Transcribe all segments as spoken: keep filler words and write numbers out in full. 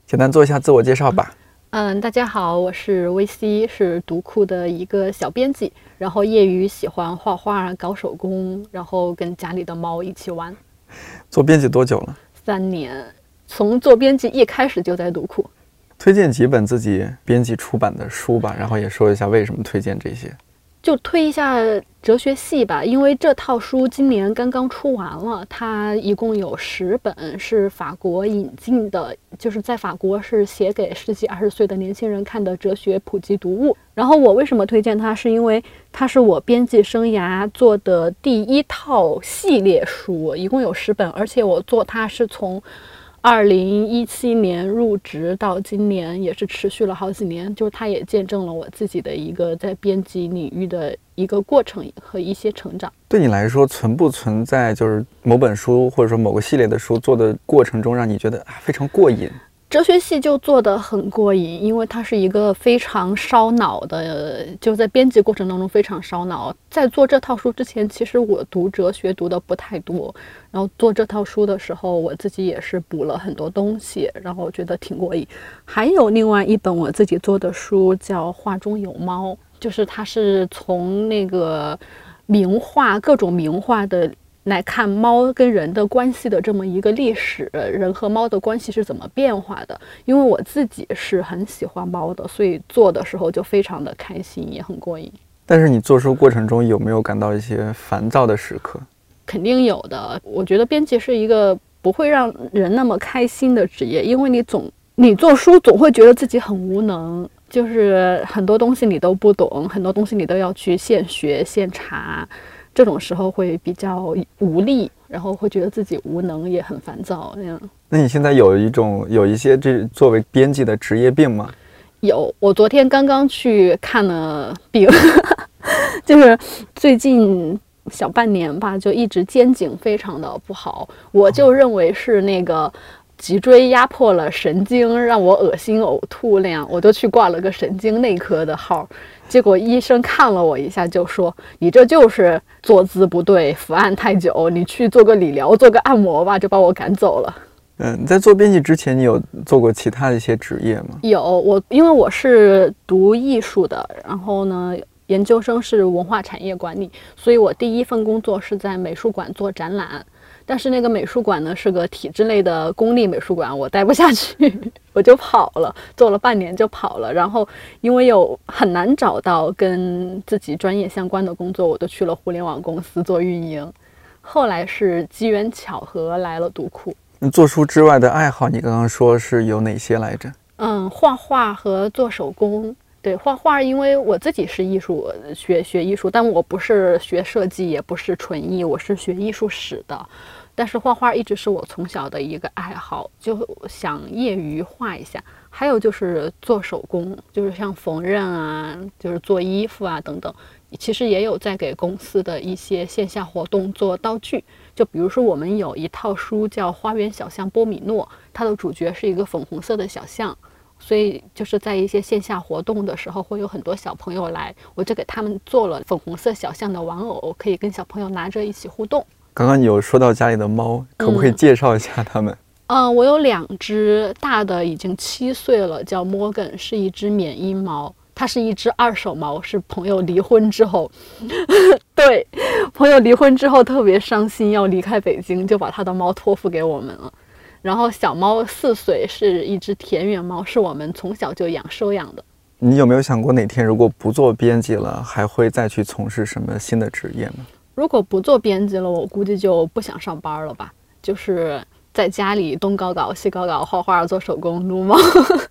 简单做一下自我介绍吧。 嗯，大家好，我是薇希，是读库的一个小编辑，然后业余喜欢画画、搞手工，然后跟家里的猫一起玩。 做编辑多久了？ 三年，从做编辑一开始就在读库。 推荐几本自己编辑出版的书吧，然后也说一下为什么推荐这些。 就推一下哲学系吧，因为这套书今年刚刚出完了，它一共有十本，是法国引进的，就是在法国是写给十几二十岁的年轻人看的哲学普及读物。然后我为什么推荐它，是因为它是我编辑生涯做的第一套系列书，一共有十本，而且我做它是从二零一七年入职到今年，也是持续了好几年，就是它也见证了我自己的一个在编辑领域的一个过程和一些成长。 对你来说，存不存在就是某本书或者说某个系列的书做的过程中，让你觉得非常过瘾？ 哲学系就做得很过瘾，因为它是一个非常烧脑的，就在编辑过程当中非常烧脑。在做这套书之前，其实我读哲学读的不太多，然后做这套书的时候，我自己也是补了很多东西，然后我觉得挺过瘾。还有另外一本我自己做的书叫《画中有猫》，就是它是从那个名画各种名画的来看猫跟人的关系的这么一个历史，人和猫的关系是怎么变化的。因为我自己是很喜欢猫的，所以做的时候就非常的开心，也很过瘾。 但是你做书过程中有没有感到一些烦躁的时刻？ 肯定有的。我觉得编辑是一个不会让人那么开心的职业，因为你总你做书总会觉得自己很无能，就是很多东西你都不懂，很多东西你都要去现学现查，这种时候会比较无力，然后会觉得自己无能，也很烦躁那样。 那你现在有一种有一些这作为编辑的职业病吗？ 有，我昨天刚刚去看了病，就是最近小半年吧，就一直肩颈非常的不好，我就认为是那个脊椎压迫了神经，让我恶心呕吐那样，我就去挂了个神经内科的号。结果医生看了我一下就说，你这就是坐姿不对，伏案太久，你去做个理疗，做个按摩吧，就把我赶走了。 嗯，在做编辑之前，你有做过其他的一些职业吗？ 有，我因为我是读艺术的，然后呢研究生是文化产业管理，所以我第一份工作是在美术馆做展览。但是那个美术馆呢是个体制类的公立美术馆，我待不下去，我就跑了，做了半年就跑了。然后因为有很难找到跟自己专业相关的工作，我就去了互联网公司做运营。后来是机缘巧合来了读库。 做书之外的爱好，你刚刚说是有哪些来着？ 嗯，画画和做手工。对，画画，因为我自己是艺术学学艺术，但我不是学设计，也不是纯艺，我是学艺术史的。但是画画一直是我从小的一个爱好，就想业余画一下。还有就是做手工，就是像缝纫啊，就是做衣服啊等等。其实也有在给公司的一些线下活动做道具，就比如说我们有一套书叫《花园小象波米诺》，它的主角是一个粉红色的小象。所以就是在一些线下活动的时候，会有很多小朋友来，我就给他们做了粉红色小象的玩偶，可以跟小朋友拿着一起互动。 刚刚你有说到家里的猫，可不可以介绍一下它们？ 嗯，呃、我有两只，大的已经七岁了，叫摩根，是一只缅因猫。它是一只二手猫，是朋友离婚之后对，朋友离婚之后特别伤心，要离开北京，就把他的猫托付给我们了。然后小猫四岁，是一只田园猫，是我们从小就养收养的。 你有没有想过哪天如果不做编辑了，还会再去从事什么新的职业呢？ 如果不做编辑了，我估计就不想上班了吧，就是在家里东搞搞西搞搞，画画做手工撸猫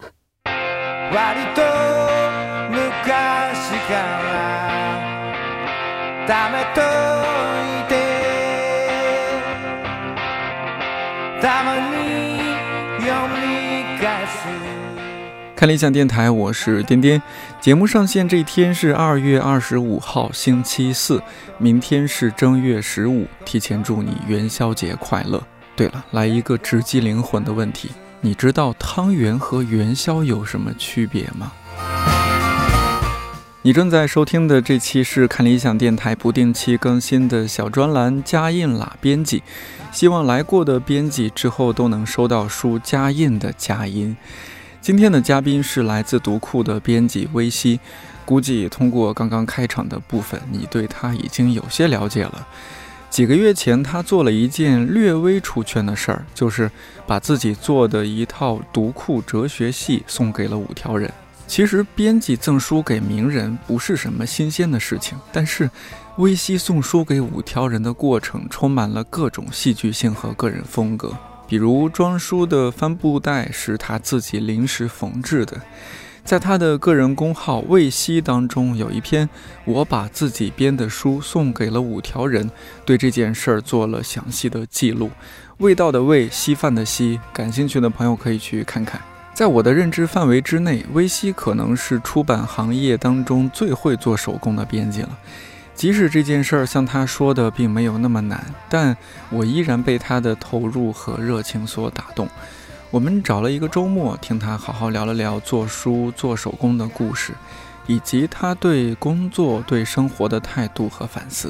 看理想电台，我是颠颠。节目上线这一天是二月二十五号星期四，明天是正月十五，提前祝你元宵节快乐。对了，来一个直击灵魂的问题，你知道汤圆和元宵有什么区别吗？ 你正在收听的这期是看理想电台不定期更新的小专栏加印啦编辑，希望来过的编辑之后都能收到书加印的佳音。今天的嘉宾是来自读库的编辑微希，估计通过刚刚开场的部分，你对他已经有些了解了。几个月前，他做了一件略微出圈的事儿，就是把自己做的一套读库哲学系送给了五条人。其实编辑赠书给名人不是什么新鲜的事情，但是微希送书给五条人的过程充满了各种戏剧性和个人风格。比如装书的帆布袋是他自己临时缝制的，在他的个人公号魏希当中有一篇我把自己编的书送给了五条人，对这件事儿做了详细的记录。味道的味，稀饭的稀，感兴趣的朋友可以去看看。在我的认知范围之内，微希可能是出版行业当中最会做手工的编辑了。即使这件事儿像他说的并没有那么难，但我依然被他的投入和热情所打动。我们找了一个周末，听他好好聊了聊做书做手工的故事，以及他对工作对生活的态度和反思。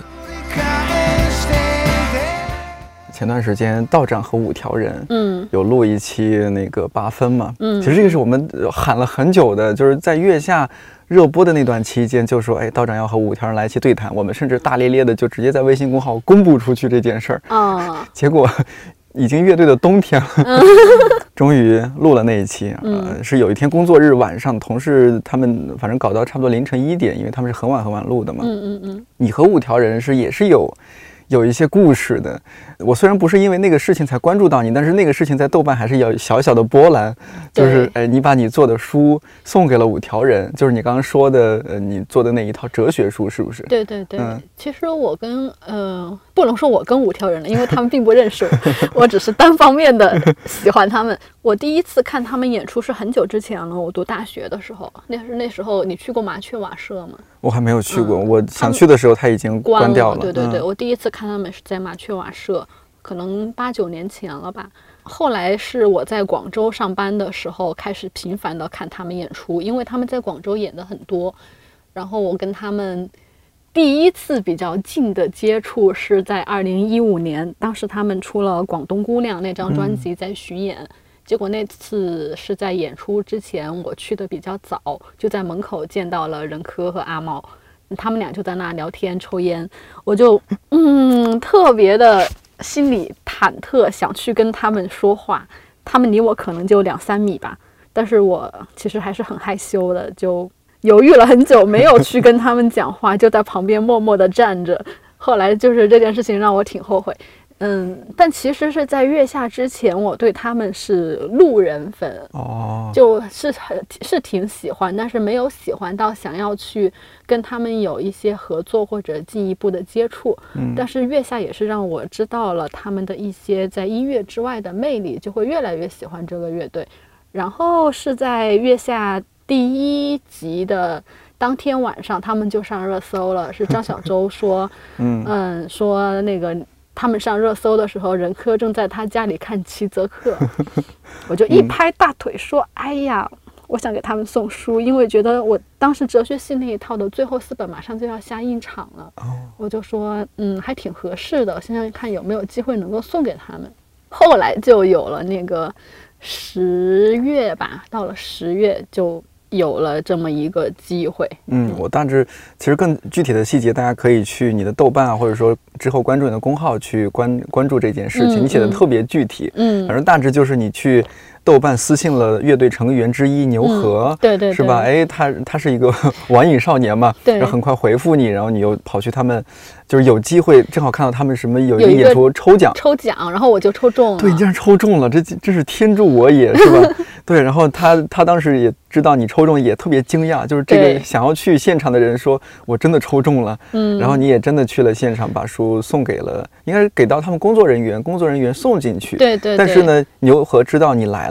前段时间道长和五条人嗯有录一期那个八分嘛，嗯，其实这个是我们喊了很久的，就是在月下热播的那段期间就说，哎，道长要和五条人来一起对谈，我们甚至大咧咧的就直接在微信公号公布出去这件事儿啊，结果已经乐队的冬天了，嗯、终于录了那一期，呃，是有一天工作日晚上，同事他们反正搞到差不多凌晨一点，因为他们是很晚很晚录的嘛，嗯嗯嗯，你和五条人是也是有。有一些故事的，我虽然不是因为那个事情才关注到你，但是那个事情在豆瓣还是有小小的波澜，就是哎，你把你做的书送给了五条人，就是你刚刚说的，呃，你做的那一套哲学书，是不是？ 对对对，嗯、其实我跟呃，不能说我跟五条人了，因为他们并不认识我，我只是单方面的喜欢他们。我第一次看他们演出是很久之前了，我读大学的时候，那是那时候你去过麻雀瓦舍吗？ 我还没有去过，嗯、我想去的时候他已经关掉了。 对对对，嗯、我第一次看他们是在麻雀瓦舍，可能八九年前了吧。后来是我在广州上班的时候开始频繁的看他们演出，因为他们在广州演的很多。然后我跟他们第一次比较近的接触是在二零一五年，当时他们出了《广东姑娘》那张专辑在巡演。嗯，结果那次是在演出之前，我去的比较早，就在门口见到了任科和阿猫，他们俩就在那聊天抽烟，我就嗯特别的心里忐忑，想去跟他们说话。他们离我可能就两三米吧，但是我其实还是很害羞的，就犹豫了很久，没有去跟他们讲话，就在旁边默默的站着。后来就是这件事情让我挺后悔。嗯，但其实是在月下之前，我对他们是路人粉哦，就是很是挺喜欢，但是没有喜欢到想要去跟他们有一些合作或者进一步的接触。嗯，但是月下也是让我知道了他们的一些在音乐之外的魅力，就会越来越喜欢这个乐队。然后是在月下第一集的当天晚上，他们就上热搜了，是张小舟说，嗯嗯，说那个。他们上热搜的时候，任科正在他家里看齐泽克，我就一拍大腿说：“嗯、哎呀，我想给他们送书，因为觉得我当时哲学系那一套的最后四本马上就要下印厂了，哦、我就说嗯，还挺合适的，想想看有没有机会能够送给他们。后来就有了那个十月吧，到了十月就。”有了这么一个机会， 嗯，我大致其实更具体的细节，大家可以去你的豆瓣啊，或者说之后关注你的公号去关关注这件事情，嗯、你写的特别具体，嗯，反正大致就是你去豆瓣私信了乐队成员之一牛河，嗯、 对, 对对， 是吧？哎，他他是一个网瘾少年嘛，对，然后很快回复你，然后你又跑去他们，就是有机会正好看到他们什么有一个演出抽奖， 抽奖，然后我就抽中了， 对，你竟然抽中了，这这是天助我也，是吧？对，然后他他当时也知道你抽中，也特别惊讶，就是这个想要去现场的人说，我真的抽中了，嗯，然后你也真的去了现场，把书送给了，应该是给到他们工作人员，工作人员送进去， 对 对, 对。 但是呢，牛河知道你来了。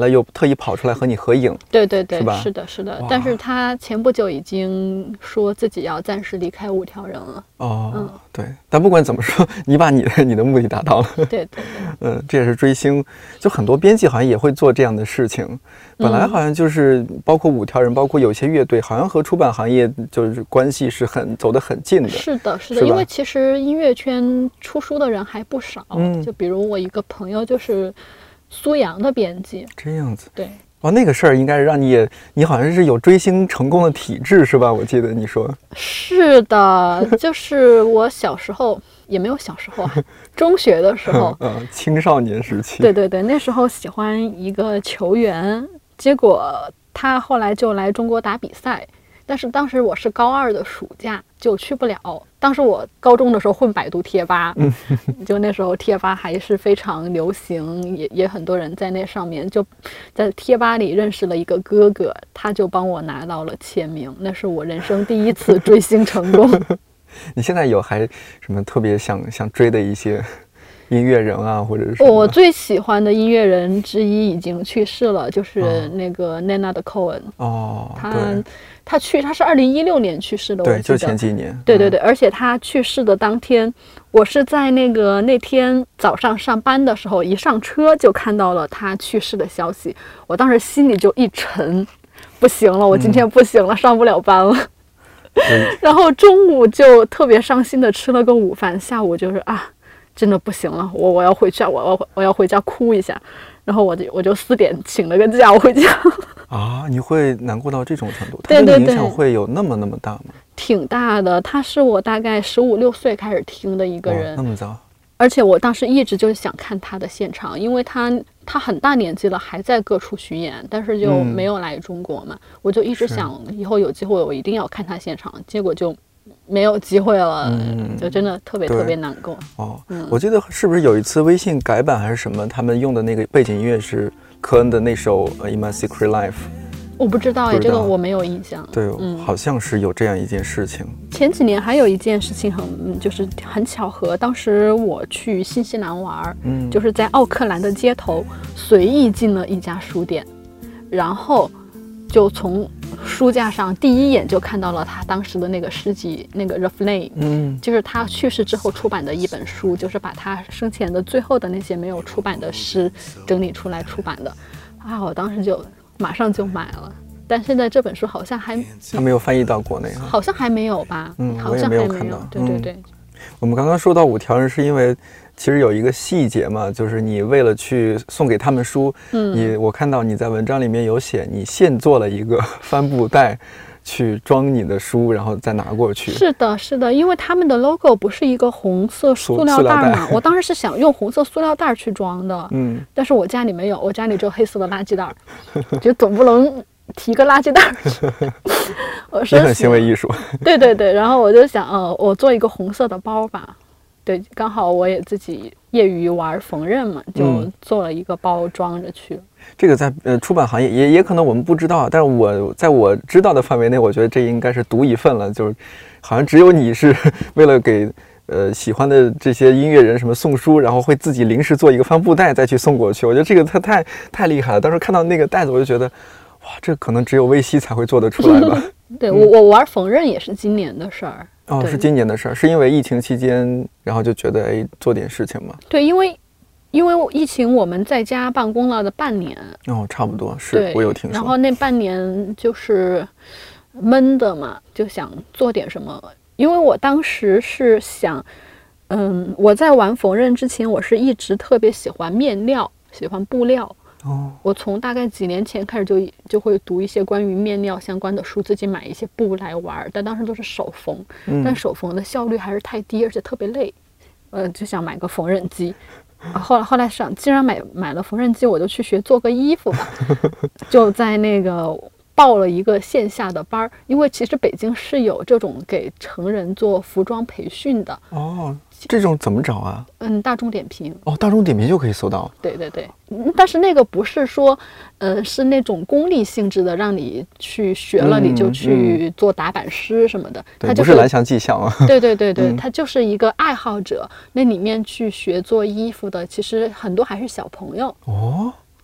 了又特意跑出来和你合影。 对对对， 是吧？ 是的，是的。但是他前不久已经说自己要暂时离开五条人了。 哦，嗯，对。但不管怎么说，你把你的你的目的达到了。 对对对。 嗯，这也是追星，就很多编辑好像也会做这样的事情。本来好像就是包括五条人，包括有些乐队，好像和出版行业就是关系是很走得很近的。 是的，是的，因为其实音乐圈出书的人还不少。 嗯， 就比如我一个朋友就是苏阳的编辑。 这样子。 对。 哇，那个事儿应该是让你也，你好像是有追星成功的体质是吧？我记得你说。 是的，就是我小时候也没有小时候啊，中学的时候， 嗯，青少年时期。 对对对，那时候喜欢一个球员，结果他后来就来中国打比赛。但是当时我是高二的暑假，就去不了。当时我高中的时候混百度贴吧，嗯、就那时候贴吧还是非常流行，也也很多人在那上面，就在贴吧里认识了一个哥哥，他就帮我拿到了签名，那是我人生第一次追星成功。 你现在有还什么特别想想追的一些音乐人啊，或者是什么？ 我最喜欢的音乐人之一已经去世了，就是那个 Leonard Cohen。 哦， 他他去他是二零一六年去世的， 对，就前几年。 对对对，而且他去世的当天，我是在那个那天早上上班的时候，一上车就看到了他去世的消息，我当时心里就一沉，不行了，我今天不行了，嗯、上不了班了。然后中午就特别伤心的吃了个午饭，下午就是啊。真的不行了，我我要回家，我要我要回家哭一下，然后我就我就四点请了个假我回家。 啊，你会难过到这种程度？ 对对对， 他的影响会有那么那么大吗？ 挺大的，他是我大概十五六岁开始听的一个人， 那么早。 而且我当时一直就是想看他的现场，因为他他很大年纪了，还在各处巡演，但是就没有来中国嘛，嗯、我就一直想以后有机会我一定要看他现场，结果就。没有机会了，嗯、就真的特别特别难过。 哦、嗯，我记得是不是有一次微信改版还是什么，他们用的那个背景音乐是科恩的那首《In My Secret Life》。 我不知道哎，这个我没有印象。 对，嗯、好像是有这样一件事情。 前几年还有一件事情很，就是很巧合，当时我去新西兰玩，嗯，就是在奥克兰的街头随意进了一家书店，然后就从书架上第一眼就看到了他当时的那个诗集，那个 Refrain， 嗯，就是他去世之后出版的一本书，就是把他生前的最后的那些没有出版的诗整理出来出版的。啊，我当时就马上就买了，但现在这本书好像还还没有翻译到国内， 好像还没有吧？ 嗯， 好像还没有看到。 对对对。 嗯、我们刚刚说到五条人，是因为。其实有一个细节嘛，就是你为了去送给他们书，嗯，你我看到你在文章里面有写，你现做了一个帆布袋，去装你的书，然后再拿过去。 是的，是的，因为他们的 logo 不是一个红色塑料袋嘛，我当时是想用红色塑料袋去装的，嗯，但是我家里没有，我家里只有黑色的垃圾袋，就总不能提个垃圾袋。我是很行为艺术。 对对对，然后我就想，呃，我做一个红色的包吧。对，刚好我也自己业余玩缝纫嘛，就做了一个包装着去了。 嗯、这个在呃出版行业也也可能我们不知道，但是我在我知道的范围内，我觉得这应该是独一份了。就是好像只有你是为了给呃喜欢的这些音乐人什么送书，然后会自己临时做一个帆布袋再去送过去。我觉得这个它太太厉害了。当时看到那个袋子，我就觉得哇，这可能只有微西才会做得出来吧。 对我我玩缝纫也是今年的事儿。 哦，是今年的事儿，是因为疫情期间，然后就觉得哎，做点事情嘛。 对，因为因为疫情，我们在家办公了的半年。 哦，差不多是，我有听说。 然后那半年就是闷的嘛，就想做点什么。因为我当时是想，嗯，我在玩缝纫之前，我是一直特别喜欢面料，喜欢布料。哦，我从大概几年前开始就就会读一些关于面料相关的书，自己买一些布来玩，但当时都是手缝，嗯、但手缝的效率还是太低，而且特别累，呃，就想买个缝纫机。啊、后来后来想，既然买买了缝纫机，我就去学做个衣服吧，就在那个报了一个线下的班儿，因为其实北京是有这种给成人做服装培训的。 哦。这种怎么找啊？ 嗯，大众点评。 哦，大众点评就可以搜到。 对对对，嗯，但是那个不是说，呃，是那种功利性质的，让你去学了、嗯、你就去做打版师什么的。 对， 它就是不是蓝翔技校啊？ 对对对对，嗯、它就是一个爱好者，那里面去学做衣服的，其实很多还是小朋友。 哦。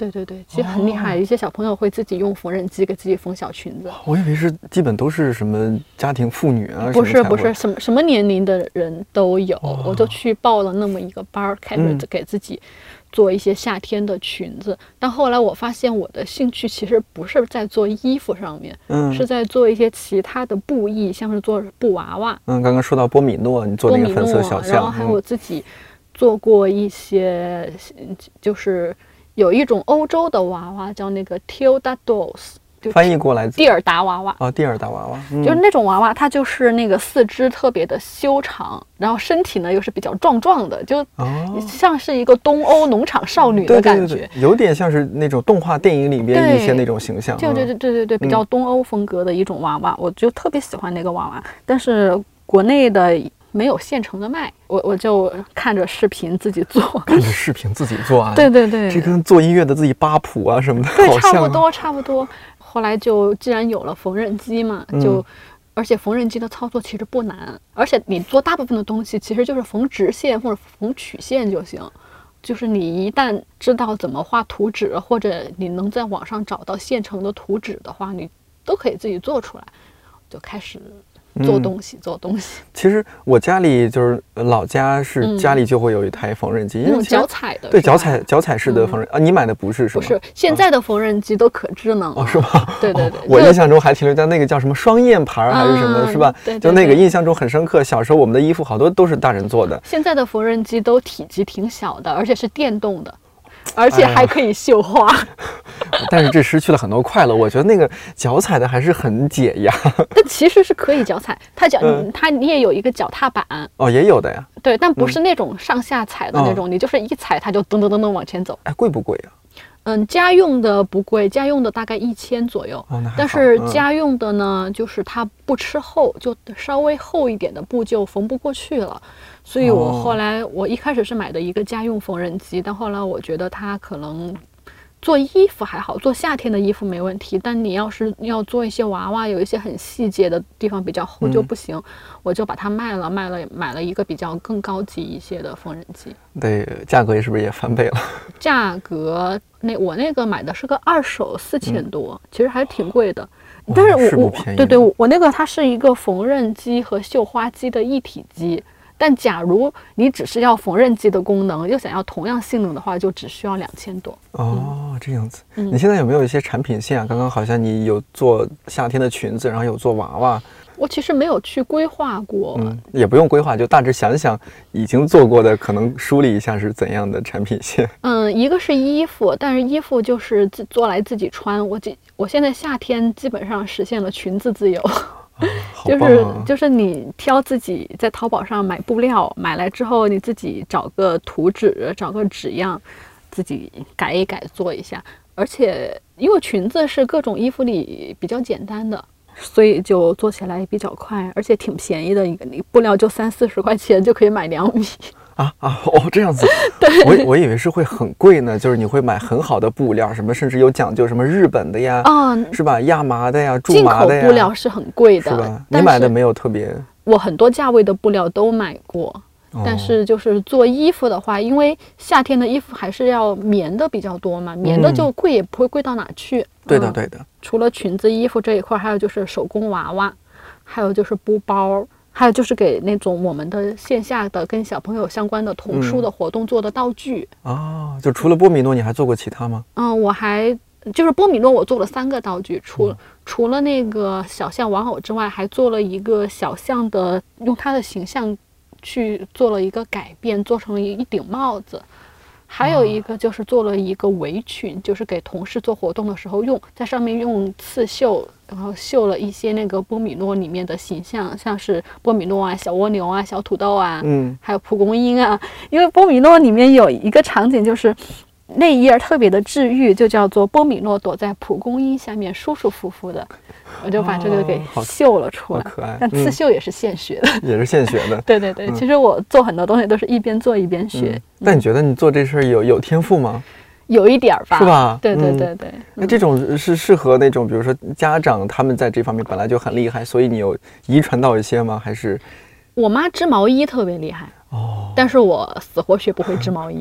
对对对，其实很厉害，哦、一些小朋友会自己用缝纫机给自己缝小裙子。 我以为是基本都是什么家庭妇女啊， 不是不是，什么什么年龄的人都有。哦、我就去报了那么一个班儿，开始给自己做一些夏天的裙子。嗯、但后来我发现我的兴趣其实不是在做衣服上面，嗯，是在做一些其他的布艺，像是做布娃娃。 嗯，刚刚说到波米诺，你做那个粉色小象， 然后还有我自己做过一些，嗯、就是有一种欧洲的娃娃叫那个 Tilda Dolls。 翻译过来， 蒂尔达娃娃啊，蒂尔达娃娃、 嗯，就是那种娃娃，它就是那个四肢特别的修长，然后身体呢又是比较壮壮的，就像是一个东欧农场少女的感觉， 哦、对对对，有点像是那种动画电影里边一些那种形象， 对对对对对对，比较东欧风格的一种娃娃，嗯、我就特别喜欢那个娃娃，但是国内的没有现成的卖，我我就看着视频自己做， 看着视频自己做啊， 对对对， 这跟做音乐的自己扒谱啊什么的， 对， 好像差不多差不多。后来就既然有了缝纫机嘛，就、嗯、而且缝纫机的操作其实不难，而且你做大部分的东西其实就是缝直线或者缝曲线就行，就是你一旦知道怎么画图纸，或者你能在网上找到现成的图纸的话，你都可以自己做出来，就开始做东西、嗯、做东西。 其实我家里就是老家是家里就会有一台缝纫机， 那种脚踩的， 对，脚踩脚踩式的缝纫、嗯、啊，你买的不是是吗？ 不是，现在的缝纫机都可智能哦，是吗？ 对对对， 哦、我印象中还停留在那个叫什么双燕牌还是什么，啊、是吧？ 对对对， 就那个印象中很深刻。小时候我们的衣服好多都是大人做的。 现在的缝纫机都体积挺小的，而且是电动的。而且还可以绣花、哎， 但是这失去了很多快乐。我觉得那个脚踩的还是很解压。 但其实是可以脚踩，它脚、嗯、它你也有一个脚踏板哦，也有的呀。 对，但不是那种上下踩的那种，嗯、你就是一踩它就噔噔噔噔往前走。 哎，贵不贵啊？ 嗯，家用的不贵，家用的大概一千左右。 哦， 但是家用的呢，嗯、就是它不吃厚，就稍微厚一点的布就缝不过去了。所以我后来，我一开始是买的一个家用缝纫机，但后来我觉得它可能做衣服还好，做夏天的衣服没问题，但你要是要做一些娃娃，有一些很细节的地方比较厚就不行，嗯、我就把它卖了，卖了买了一个比较更高级一些的缝纫机。 对，价格是不是也翻倍了？ 价格那我那个买的是个二手四千多，嗯、其实还挺贵的。但是我是我对对，我那个它是一个缝纫机和绣花机的一体机。但假如你只是要缝纫机的功能，又想要同样性能的话，就只需要两千多。 哦，这样子。嗯、你现在有没有一些产品线啊？刚刚好像你有做夏天的裙子，然后有做娃娃。 我其实没有去规划过， 嗯，也不用规划，就大致想想已经做过的，可能梳理一下是怎样的产品线。 嗯，一个是衣服，但是衣服就是自做来自己穿。我我现在夏天基本上实现了裙子自由。就是就是你挑自己在淘宝上买布料，买来之后你自己找个图纸，找个纸样，自己改一改做一下。而且因为裙子是各种衣服里比较简单的，所以就做起来比较快，而且挺便宜的，一个布料就三四十块钱就可以买两米。 啊啊哦，这样子，我我以为是会很贵呢，就是你会买很好的布料，什么甚至有讲究，什么日本的呀，啊、哦，是吧？亚麻的呀，苎麻的呀， 进口布料是很贵的， 是吧？你买的没有特别？ 我很多价位的布料都买过，哦、但是就是做衣服的话，因为夏天的衣服还是要棉的比较多嘛，棉的就贵也不会贵到哪去。嗯、 对的，对的。 除了裙子、衣服这一块，还有就是手工娃娃，还有就是布包。还有就是给那种我们的线下的跟小朋友相关的童书的活动做的道具、 嗯、哦，就除了波米诺你还做过其他吗？ 嗯，我还就是波米诺我做了三个道具，除、嗯、除了那个小象玩偶之外，还做了一个小象的，用它的形象去做了一个改变，做成了一顶帽子。还有一个就是做了一个围裙，就是给同事做活动的时候用，在上面用刺绣，然后绣了一些那个波米诺里面的形象，像是波米诺啊、小蜗牛啊、小土豆啊，嗯，还有蒲公英啊。因为波米诺里面有一个场景，就是那一页特别的治愈，就叫做波米诺躲在蒲公英下面舒舒服服的。我就把这个给绣了出来， 哦、可爱。 但刺绣也是现学的， 嗯、也是现学的。 对对对、嗯，其实我做很多东西都是一边做一边学。嗯、 但你觉得你做这事儿有有天赋吗？ 有一点吧， 是吧？ 对对对对。 那、嗯、这种是适合那种，比如说家长他们在这方面本来就很厉害，所以你有遗传到一些吗？还是？ 我妈织毛衣特别厉害哦，但是我死活学不会织毛衣。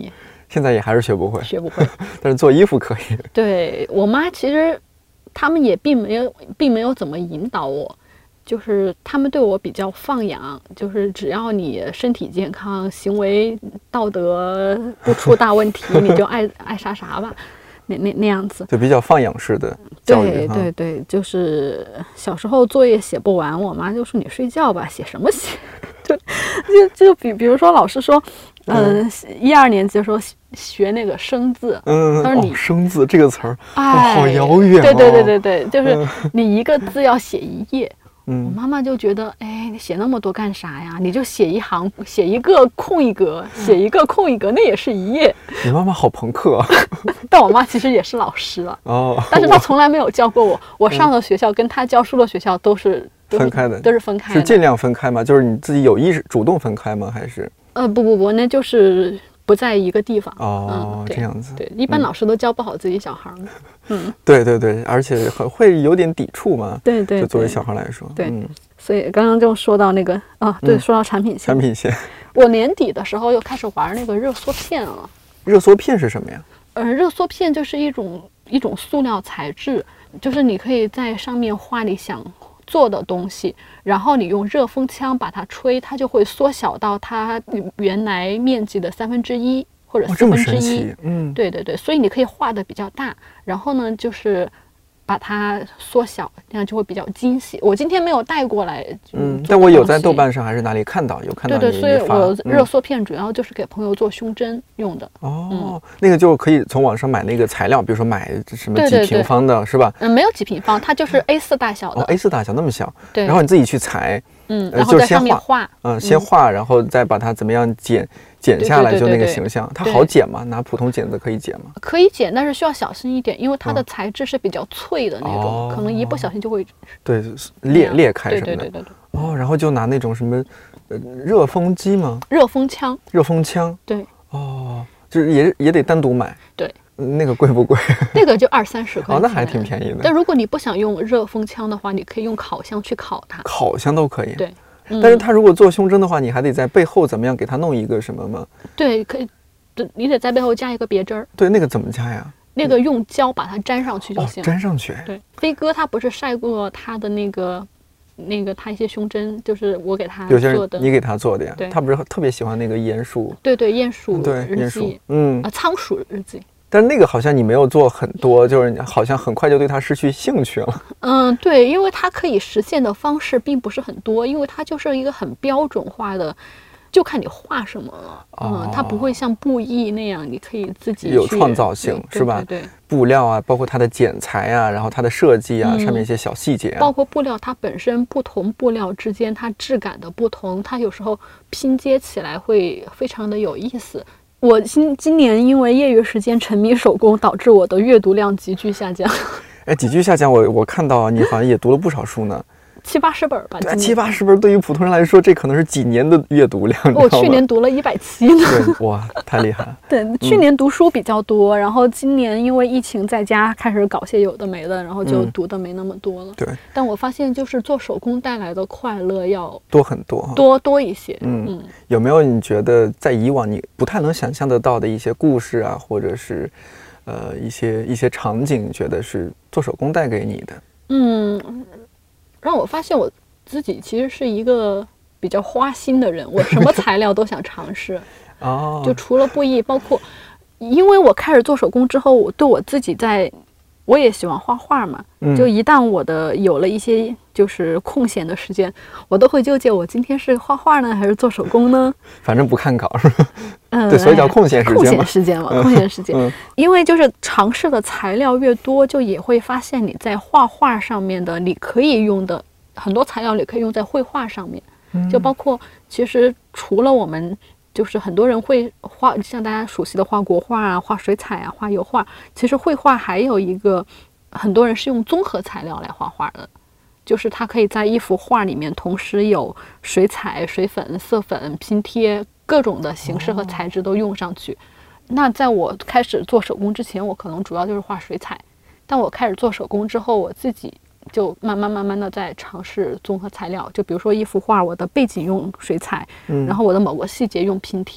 现在也还是学不会， 学不会。 但是做衣服可以。 对，我妈其实他们也并没有并没有怎么引导我，就是他们对我比较放养，就是只要你身体健康，行为道德不出大问题，你就爱爱啥啥吧。那那那样子， 就比较放养式的教育。 对对对，就是小时候作业写不完，我妈就说你睡觉吧，写什么写？就就就比比如说老师说，嗯、呃，一二年级的时候学那个生字， 嗯， 他说你、 哦、生字这个词儿， 哎， 好遥远、哦。 对对对对对，就是你一个字要写一页。 嗯， 我妈妈就觉得，哎，你写那么多干啥呀？你就写一行，写一个空一格，写一个空一格，那也是一页。 你妈妈好朋克啊！ 但我妈其实也是老师了， 哦， 但是她从来没有教过我。我上的学校跟她教书的学校都是、 嗯、分开的， 都是分开的。 是尽量分开吗？就是你自己有意识主动分开吗？还是？ 呃，不不不，那就是不在一个地方。 哦， 嗯、 这样子。 对，一般老师都教不好自己小孩嘛。嗯， 对对对，而且很会有点抵触嘛。 对对， 就作为小孩来说， 对。 嗯， 所以刚刚就说到那个啊，对，说到产品线。 产品线。 我年底的时候又开始玩那个热缩片了。 热缩片是什么呀？ 呃，热缩片就是一种一种塑料材质，就是你可以在上面画你想做的东西，然后你用热风枪把它吹，它就会缩小到它原来面积的三分之一或者四分之一。 嗯， 对对对，所以你可以画的比较大，然后呢就是把它缩小，这样就会比较精细。我今天没有带过来， 嗯，但我有在豆瓣上还是哪里看到，有看到你对对，所以我热缩嗯、 片主要就是给朋友做胸针用的。 哦、 嗯， 那个就可以从网上买那个材料，比如说买什么几平方的， 对对对是吧？ 嗯，没有几平方，它就是 A 四 大小的。 哦 ，A 四 大小那么小。 对。 然后你自己去裁。 嗯，然后在上面画。 嗯，先画，然后再把它怎么样剪。剪下来就那个形象，它好剪吗？拿普通剪子可以剪吗？ 可以剪，但是需要小心一点，因为它的材质是比较脆的那种， 哦、 可能一不小心就会对裂裂开什么的。 对对对对对。 哦，然后就拿那种什么呃热风机吗？ 热风枪。 热风枪。 对。 哦，就是也也得单独买。 对。 那个贵不贵？ 那个就二三十块钱。 哦，那还挺便宜的。 但如果你不想用热风枪的话，你可以用烤箱去烤它。 烤箱都可以。 对。 但是他如果做胸针的话，你还得在背后怎么样给他弄一个什么吗？ 对，可以，你得在背后加一个别针儿。 对，那个怎么加呀？ 那个用胶把它粘上去就行。 哦、粘上去。 对，飞哥他不是晒过他的那个，那个他一些胸针，就是我给他做的。 你给他做的呀？ 对， 他不是特别喜欢那个鼹鼠。 对对，鼹鼠对日记。 嗯啊，仓鼠日记。 但那个好像你没有做很多，就是好像很快就对它失去兴趣了。 嗯，对，因为它可以实现的方式并不是很多，因为它就是一个很标准化的，就看你画什么了。 哦、 嗯，它不会像布艺那样，你可以自己有创造性，是吧？ 对, 对, 对， 布料啊，包括它的剪裁啊，然后它的设计啊， 嗯、 上面一些小细节、啊， 包括布料它本身不同布料之间它质感的不同，它有时候拼接起来会非常的有意思。我今今年因为业余时间沉迷手工，导致我的阅读量急剧下降。 哎，急剧下降，我我看到你好像也读了不少书呢， 七八十本吧。 对，七八十本对于普通人来说，这可能是几年的阅读量。 我去年读了一百七呢。 对，哇，太厉害了。 对，去年读书比较多，嗯、然后今年因为疫情在家开始搞些有的没的，然后就读的没那么多了。 嗯、对， 但我发现就是做手工带来的快乐要多很多， 多多一些。 嗯嗯，有没有你觉得在以往你不太能想象得到的一些故事啊，或者是呃一些一些场景，你觉得是做手工带给你的？ 嗯，让我发现我自己其实是一个比较花心的人，我什么材料都想尝试。 哦， 就除了布艺，包括因为我开始做手工之后，我对我自己在，我也喜欢画画嘛。嗯、就一旦我的有了一些就是空闲的时间，我都会纠结我今天是画画呢还是做手工呢？ 反正不看稿是吧？ 嗯， 对，所以叫空闲时间嘛。 空闲时间嘛， 嗯、 空闲时间。 嗯、 因为就是尝试的材料越多，就也会发现你在画画上面的你可以用的很多材料，你可以用在绘画上面。嗯、就包括其实除了我们。就是很多人会画，像大家熟悉的画国画啊、画水彩啊、画油画。其实绘画还有一个，很多人是用综合材料来画画的，就是它可以在一幅画里面同时有水彩、水粉、色粉、拼贴各种的形式和材质都用上去。哦、那在我开始做手工之前，我可能主要就是画水彩，但我开始做手工之后，我自己就慢慢慢慢的在尝试综合材料，就比如说一幅画，我的背景用水彩，嗯、然后我的某个细节用拼贴，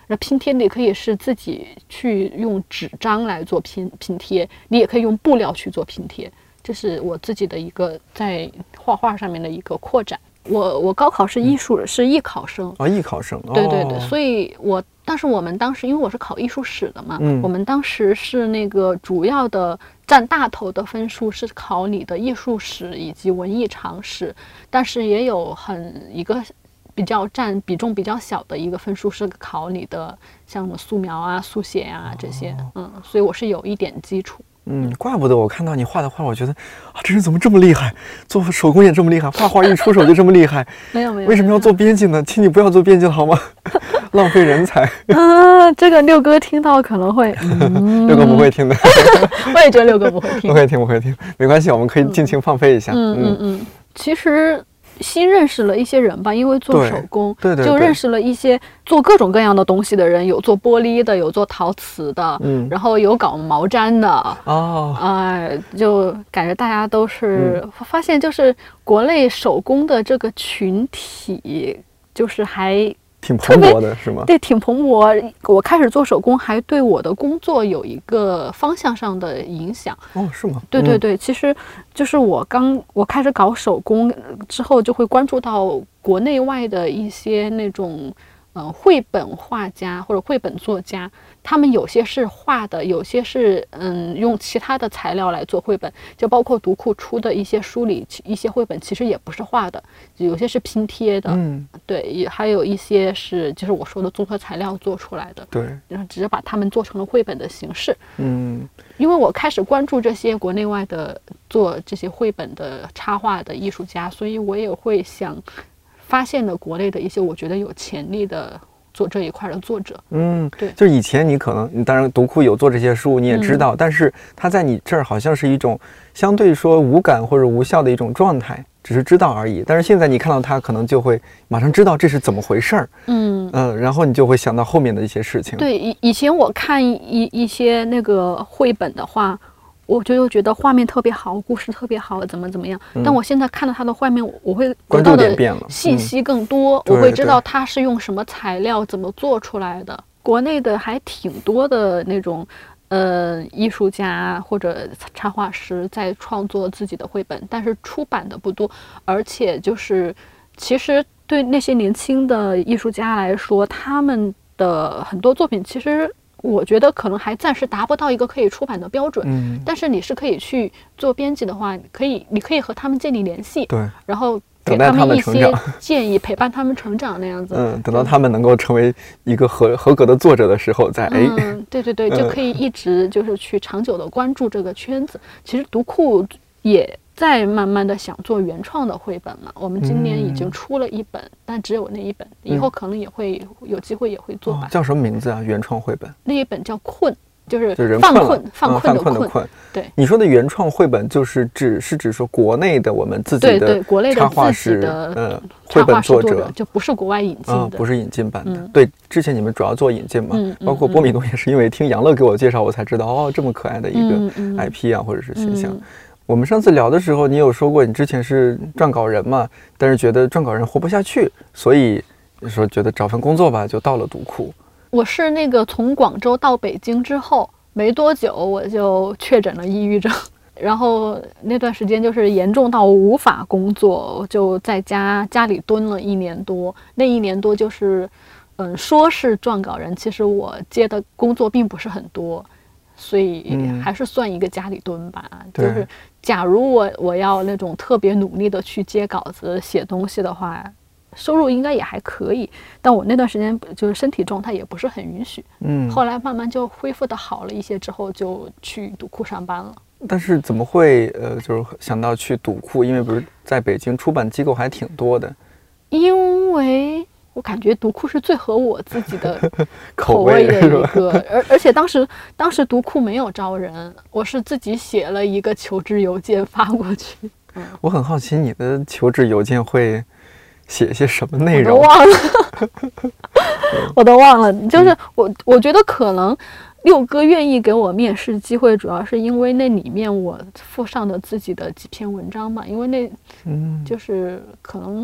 那拼贴你可以是自己去用纸张来做拼拼贴，你也可以用布料去做拼贴，这是我自己的一个在画画上面的一个扩展。我我高考是艺术、嗯、是艺考生啊，艺考生，哦、 对对对，所以我但是我们当时因为我是考艺术史的嘛，嗯、我们当时是那个主要的占大头的分数是考你的艺术史以及文艺常识，但是也有很一个比较占比重比较小的一个分数是考你的像什么素描啊、速写啊这些，哦、嗯，所以我是有一点基础。 嗯，怪不得我看到你画的画，我觉得啊，这人怎么这么厉害？做手工也这么厉害，画画一出手就这么厉害。 没有没有， 为什么要做编辑呢？请你不要做编辑了好吗？浪费人才。 啊，这个六哥听到可能会，嗯、 六哥不会听的。 我也觉得六哥不会听。 不会听，不会听，没关系，我们可以尽情放飞一下。 嗯嗯嗯，其实。新认识了一些人吧，因为做手工， 对对对对， 就认识了一些做各种各样的东西的人，有做玻璃的，有做陶瓷的，嗯，然后有搞毛毡的， 哦， 哎、呃，就感觉大家都是、嗯、发现，就是国内手工的这个群体，就是还。 挺蓬勃的是吗？ 对，挺蓬勃。我开始做手工，还对我的工作有一个方向上的影响。 哦，是吗？ 对对对，嗯、其实就是我刚我开始搞手工之后，就会关注到国内外的一些那种呃绘本画家或者绘本作家，他们有些是画的，有些是嗯用其他的材料来做绘本，就包括读库出的一些书里一些绘本，其实也不是画的，有些是拼贴的， 嗯， 对，也还有一些是就是我说的综合材料做出来的， 对， 然后只是把它们做成了绘本的形式， 嗯， 因为我开始关注这些国内外的做这些绘本的插画的艺术家，所以我也会想发现了国内的一些我觉得有潜力的。做这一块的作者， 嗯， 对， 就以前你可能，你当然读库有做这些书，你也知道，嗯、但是它在你这儿好像是一种相对说无感或者无效的一种状态，只是知道而已。但是现在你看到它，可能就会马上知道这是怎么回事儿，嗯嗯、呃，然后你就会想到后面的一些事情。 对，以以前我看一一些那个绘本的话。我就觉得画面特别好，故事特别好，怎么怎么样。嗯、但我现在看到它的画面，我会得到的信息更多，嗯、我会知道它是用什么材料，怎么做出来的。国内的还挺多的那种，呃，艺术家或者插画师在创作自己的绘本，但是出版的不多，而且就是其实对那些年轻的艺术家来说，他们的很多作品其实。我觉得可能还暂时达不到一个可以出版的标准，嗯，但是你是可以去做编辑的话，可以，你可以和他们建立联系， 对， 然后给他们一些建议，陪伴他们成长那样子。 嗯，等到他们能够成为一个合合格的作者的时候，再哎， 嗯，对对对，就可以一直就是去长久的关注这个圈子。其实读库也在慢慢的想做原创的绘本嘛，我们今年已经出了一本，嗯、但只有那一本，以后可能也会有机会也会做吧。 哦、叫什么名字啊？原创绘本？ 那一本叫困，就是就人犯困，犯困的困。 的困。 对， 你说的原创绘本就是指是指说国内的我们自己的对对国内的插画师呃绘本作者， 就不是国外引进的， 啊、不是引进版的。嗯、对，之前你们主要做引进嘛，嗯、包括波米诺也是因为听杨乐给我介绍，我才知道哦，这么可爱的一个 I P 啊，嗯、或者是形象。嗯我们上次聊的时候，你有说过你之前是撰稿人嘛，但是觉得撰稿人活不下去，所以说觉得找份工作吧，就到了读库。 我是那个从广州到北京之后没多久，我就确诊了抑郁症，然后那段时间就是严重到无法工作，就在家家里蹲了一年多。那一年多就是，嗯，说是撰稿人，其实我接的工作并不是很多。所以还是算一个家里蹲吧，嗯、就是假如我我要那种特别努力的去接稿子写东西的话，收入应该也还可以，但我那段时间就是身体状态也不是很允许，嗯，后来慢慢就恢复的好了一些之后，就去读库上班了。 但是怎么会呃，就是想到去读库？因为不是在北京出版机构还挺多的， 因为。我感觉读库是最合我自己的口味的一个，而而且当时当时读库没有招人，我是自己写了一个求职邮件发过去。嗯、 我很好奇你的求职邮件会写一些什么内容？ 我都忘了，我都忘了。就是我我觉得可能六哥愿意给我面试机会，主要是因为那里面我附上的自己的几篇文章吧，因为那嗯就是可能。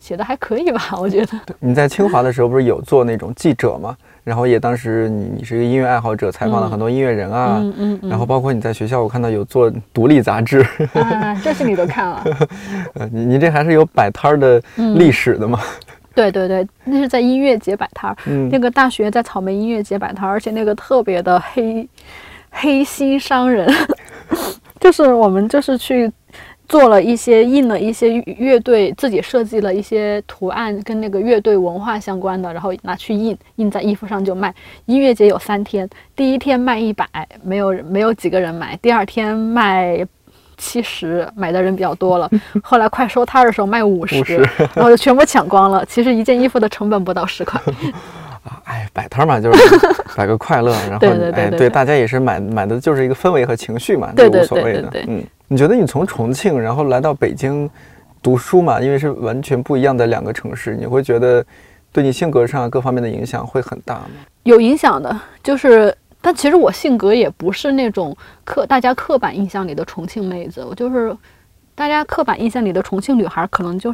写的还可以吧，我觉得。 你在清华的时候不是有做那种记者吗？然后也当时你你是一个音乐爱好者，采访了很多音乐人啊， 嗯嗯嗯、 然后包括你在学校，我看到有做独立杂志， 啊，这是你都看了。 呃，你你这还是有摆摊的历史的吗？ 嗯、对对对，那是在音乐节摆摊儿， 嗯、 那个大学在草莓音乐节摆摊儿，而且那个特别的黑黑心商人，就是我们就是去。做了一些印了一些乐队自己设计了一些图案跟那个乐队文化相关的，然后拿去印印在衣服上就卖。音乐节有三天，第一天卖一百，没有没有几个人买；第二天卖七十，买的人比较多了。后来快收摊的时候卖五十，然后就全部抢光了。其实一件衣服的成本不到十块。 啊，哎，摆摊嘛，就是摆个快乐，然后对对对对哎，对，大家也是买买的就是一个氛围和情绪嘛， 对就无所谓的。 对对对对嗯，你觉得你从重庆然后来到北京读书嘛，因为是完全不一样的两个城市，你会觉得对你性格上各方面的影响会很大吗？ 有影响的，就是，但其实我性格也不是那种刻大家刻板印象里的重庆妹子，我就是大家刻板印象里的重庆女孩，可能就是。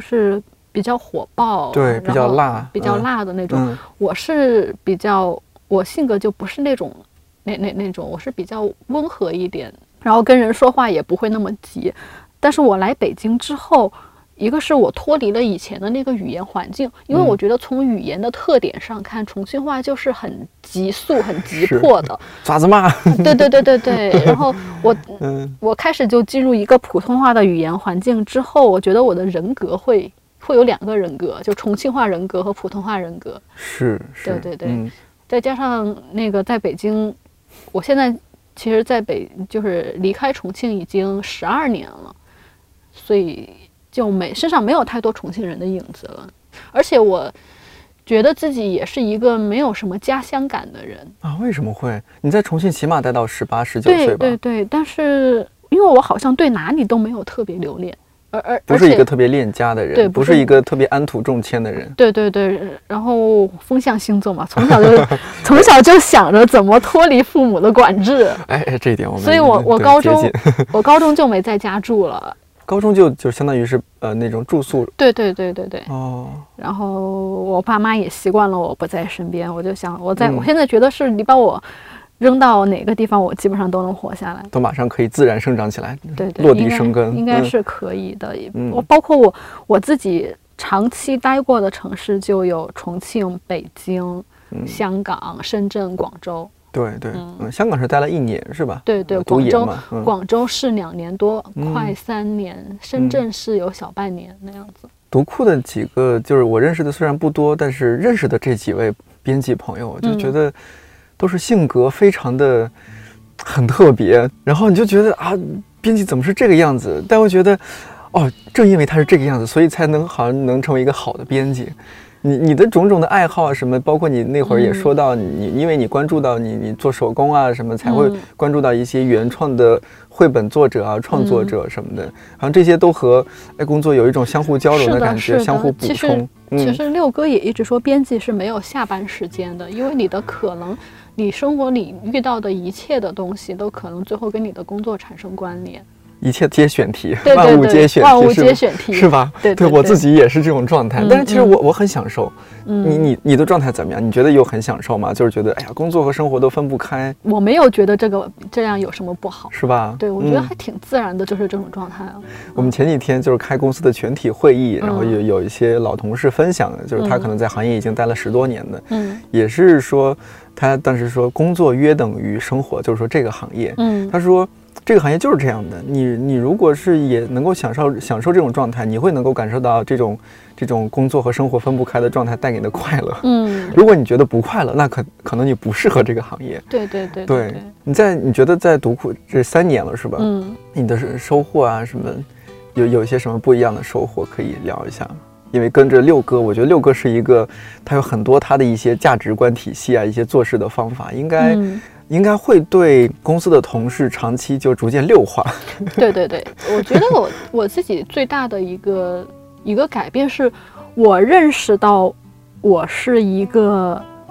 比较火爆， 对，比较辣， 比较辣的那种。 嗯、 我是比较，我性格就不是那种，那那那种，我是比较温和一点，然后跟人说话也不会那么急。但是我来北京之后，一个是我脱离了以前的那个语言环境，因为我觉得从语言的特点上看，重庆话就是很急速、很急迫的。 爪子嘛。 对对对对对。然后我，嗯，我开始就进入一个普通话的语言环境之后，我觉得我的人格会。会有两个人格，就重庆话人格和普通话人格。 是是， 对对对、 嗯， 再加上那个在北京，我现在其实在北就是离开重庆已经十二年了，所以就没身上没有太多重庆人的影子了。而且我觉得自己也是一个没有什么家乡感的人啊。为什么会？你在重庆起码待到十八、十九岁吧？ 对对对，但是因为我好像对哪里都没有特别留恋。而而不是一个特别恋家的人， 对， 不是一个特别安土重迁的人， 对对对。然后风象星座嘛，从小就从小就想着怎么脱离父母的管制。 哎，这一点我们， 所以我我高中我高中就没在家住了， 高中就就相当于是呃那种住宿。 对对对对对。 哦。 然后我爸妈也习惯了我不在身边，我就想我在、嗯、我现在觉得是你把我。扔到哪个地方，我基本上都能活下来， 都马上可以自然生长起来， 对对， 落地生根， 应该, 应该是可以的。嗯，我包括我我自己长期待过的城市就有重庆、北京、嗯、香港、深圳、广州。 对对，嗯, 嗯，香港是待了一年是吧？ 对对，广州、嗯、广州是两年多， 嗯、 快三年，深圳是有小半年、嗯、那样子。 读库的几个就是我认识的虽然不多，但是认识的这几位编辑朋友，我就觉得。嗯都是性格非常的很特别，然后你就觉得啊，编辑怎么是这个样子？但我觉得，哦，正因为他是这个样子，所以才能好像能成为一个好的编辑。你你的种种的爱好啊什么，包括你那会儿也说到你，你、嗯、因为你关注到你你做手工啊什么，才会关注到一些原创的绘本作者啊、创作者什么的，好像这些都和哎工作有一种相互交流的感觉，相互补充。 嗯、其实六哥也一直说，编辑是没有下班时间的，因为你的可能。你生活里遇到的一切的东西，都可能最后跟你的工作产生关联。 一切皆选题， 对对对， 万物皆选题， 万物皆选题， 是吧？ 对 对, 对, 对，我自己也是这种状态。嗯、但是其实我我很享受。 嗯， 你你你的状态怎么样？你觉得有很享受吗？就是觉得哎呀，工作和生活都分不开。 我没有觉得这个这样有什么不好， 是吧？ 对，我觉得还挺自然的，就是这种状态啊。 嗯、我们前几天就是开公司的全体会议，然后有有一些老同事分享，就是他可能在行业已经待了十多年的， 嗯， 也是说他当时说工作约等于生活，就是说这个行业， 嗯， 他说。这个行业就是这样的，你你如果是也能够享受享受这种状态，你会能够感受到这种这种工作和生活分不开的状态带给你的快乐。 嗯， 如果你觉得不快乐，那可可能你不适合这个行业。 对对对对, 对, 对，你在你觉得在读库这三年了是吧？ 嗯， 你的收获啊什么，有有一些什么不一样的收获可以聊一下吗？因为跟着六哥，我觉得六哥是一个，他有很多他的一些价值观体系啊，一些做事的方法，应该。嗯应该会对公司的同事长期就逐渐六化。 对对对，我觉得我我自己最大的一个一个改变是，我认识到我是一个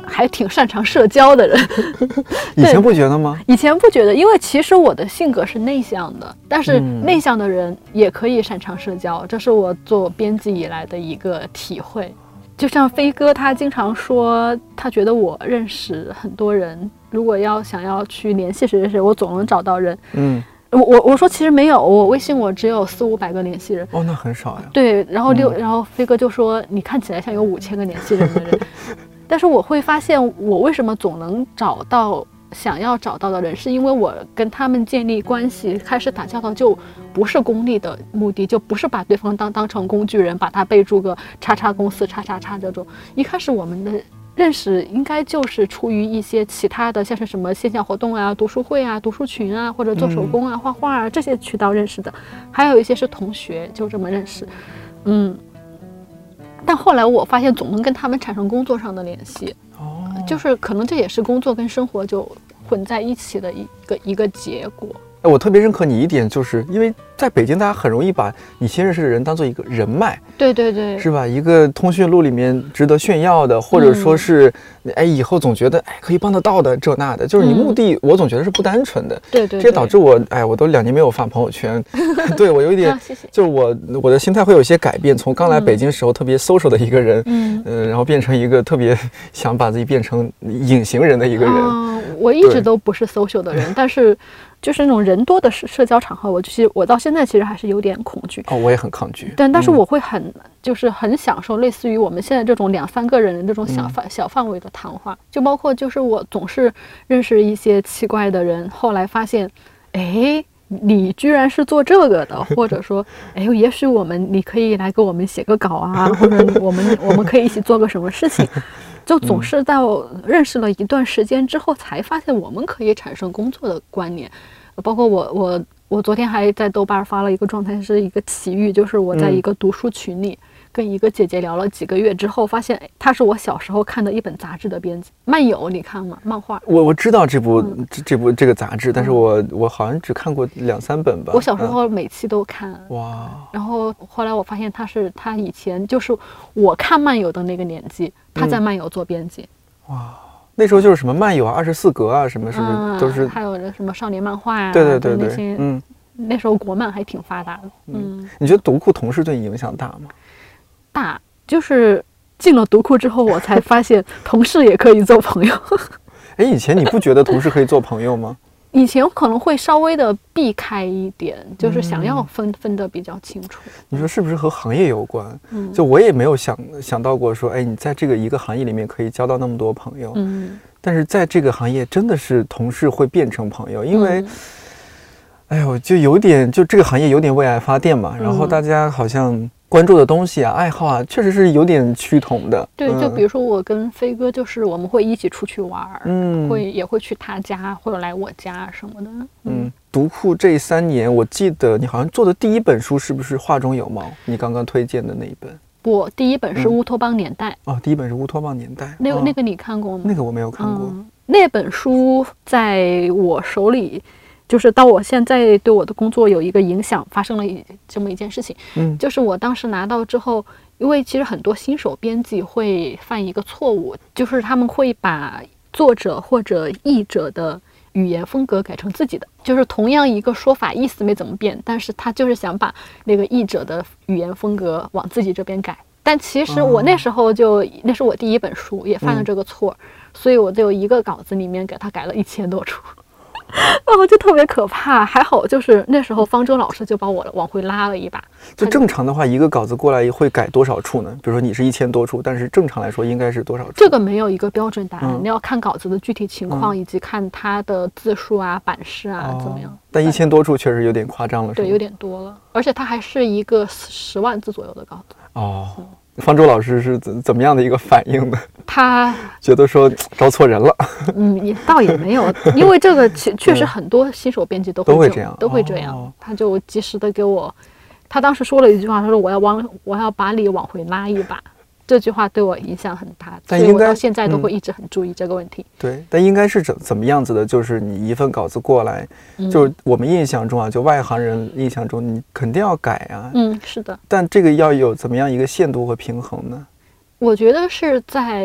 还挺擅长社交的人。 以前不觉得吗？ 以前不觉得，因为其实我的性格是内向的，但是内向的人也可以擅长社交，嗯、这是我做编辑以来的一个体会。就像飞哥他经常说，他觉得我认识很多人，如果要想要去联系谁谁谁，我总能找到人。嗯。我我我说其实没有，我微信我只有四五百个联系人。 哦，那很少呀。 对，然后六、嗯，然后飞哥就说你看起来像有五千个联系人的人，但是我会发现我为什么总能找到想要找到的人，是因为我跟他们建立关系，开始打交道就不是功利的目的，就不是把对方当当成工具人，把他备注个叉叉公司叉叉叉这种。一开始我们的认识应该就是出于一些其他的，像是什么线下活动啊、读书会啊、读书群啊，或者做手工啊、画画啊这些渠道认识的，还有一些是同学，就这么认识。嗯，但后来我发现总能跟他们产生工作上的联系，哦，就是可能这也是工作跟生活就混在一起的一个一个结果。 我特别认可你一点，就是因为在北京，大家很容易把你新认识的人当做一个人脉， 对对对， 是吧？一个通讯录里面值得炫耀的，或者说是，嗯、哎，以后总觉得哎可以帮得到的这那的，就是你目的，嗯、我总觉得是不单纯的。 对 对, 对， 这也导致我，哎，我都两年没有发朋友圈，对我有一点， 啊、谢谢就是我我的心态会有一些改变，从刚来北京时候特别 social 的一个人，嗯，呃，然后变成一个特别想把自己变成隐形人的一个人。 啊、我一直都不是 social 的人，但是。就是那种人多的社社交场合，我其实我到现在其实还是有点恐惧。 哦，我也很抗拒。 但但是我会很、嗯、就是很享受类似于我们现在这种两三个人的这种小范、嗯、小范围的谈话，就包括就是我总是认识一些奇怪的人，后来发现，哎，你居然是做这个的，或者说，哎，也许我们你可以来给我们写个稿啊，或者我们我们可以一起做个什么事情。就总是到认识了一段时间之后，才发现我们可以产生工作的关联。包括我我我昨天还在豆瓣发了一个状态，是一个奇遇，就是我在一个读书群里跟一个姐姐聊了几个月之后，发现她是我小时候看的一本杂志的编辑。漫游你看吗？漫画。 我我知道这部、嗯、这这部这个杂志，但是我、嗯、我好像只看过两三本吧。 我小时候每期都看。 嗯、哇！ 然后后来我发现他是他以前就是我看漫游的那个年纪，他在漫游做编辑。 嗯、哇！那时候就是什么漫游啊、二十四格啊，什么是不是都是？ 还有什么少年漫画啊？ 对对对对， 那些嗯，那时候国漫还挺发达的。嗯， 你觉得读库同事对你影响大吗？ 大，就是进了读库之后，我才发现同事也可以做朋友。 哎，以前你不觉得同事可以做朋友吗？ 以前可能会稍微的避开一点，就是想要分、嗯、分得比较清楚。 你说是不是和行业有关？嗯，就我也没有想想到过说，哎，你在这个一个行业里面可以交到那么多朋友。嗯，但是在这个行业真的是同事会变成朋友，因为，嗯、哎呦，就有点就这个行业有点为爱发电嘛，然后大家好像。关注的东西啊，爱好啊，确实是有点趋同的。 对，就比如说我跟飞哥，就是我们会一起出去玩，嗯，会也会去他家或者来我家什么的。嗯， 嗯读库这三年，我记得你好像做的第一本书是不是《画中有猫》？你刚刚推荐的那一本？ 不，第一本是《乌托邦年代》。 嗯、哦，第一本是《乌托邦年代》。 那个、 哦、 那个你看过吗？ 那个我没有看过。 嗯、那本书在我手里。就是到我现在对我的工作有一个影响，发生了一这么一件事情，嗯，就是我当时拿到之后，因为其实很多新手编辑会犯一个错误，就是他们会把作者或者译者的语言风格改成自己的，就是同样一个说法，意思没怎么变，但是他就是想把那个译者的语言风格往自己这边改。但其实我那时候就、哦、那是我第一本书，也犯了这个错，嗯、所以我就一个稿子里面给他改了一千多处。然后就特别可怕，还好就是那时候方舟老师就把我往回拉了一把。 就正常的话，一个稿子过来会改多少处呢？比如说你是一千多处，但是正常来说应该是多少处？ 这个没有一个标准答案，嗯、你要看稿子的具体情况，嗯、以及看它的字数啊、版式啊、哦、怎么样。 但一千多处确实有点夸张了， 对，有点多了，而且它还是一个十万字左右的稿子。 哦。嗯方舟老师是怎怎么样的一个反应呢？ 他觉得说招错人了。 嗯，也倒也没有，因为这个确确实很多新手编辑都会都会这样， 都会这样。哦、他就及时的给我，他当时说了一句话，他说我要往我要把你往回拉一把。这句话对我影响很大，所以我到现在都会一直很注意这个问题。 嗯、对，但应该是怎怎么样子的？就是你一份稿子过来，嗯、就是我们印象中啊，就外行人印象中，你肯定要改啊。 嗯，是的。 但这个要有怎么样一个限度和平衡呢？ 我觉得是在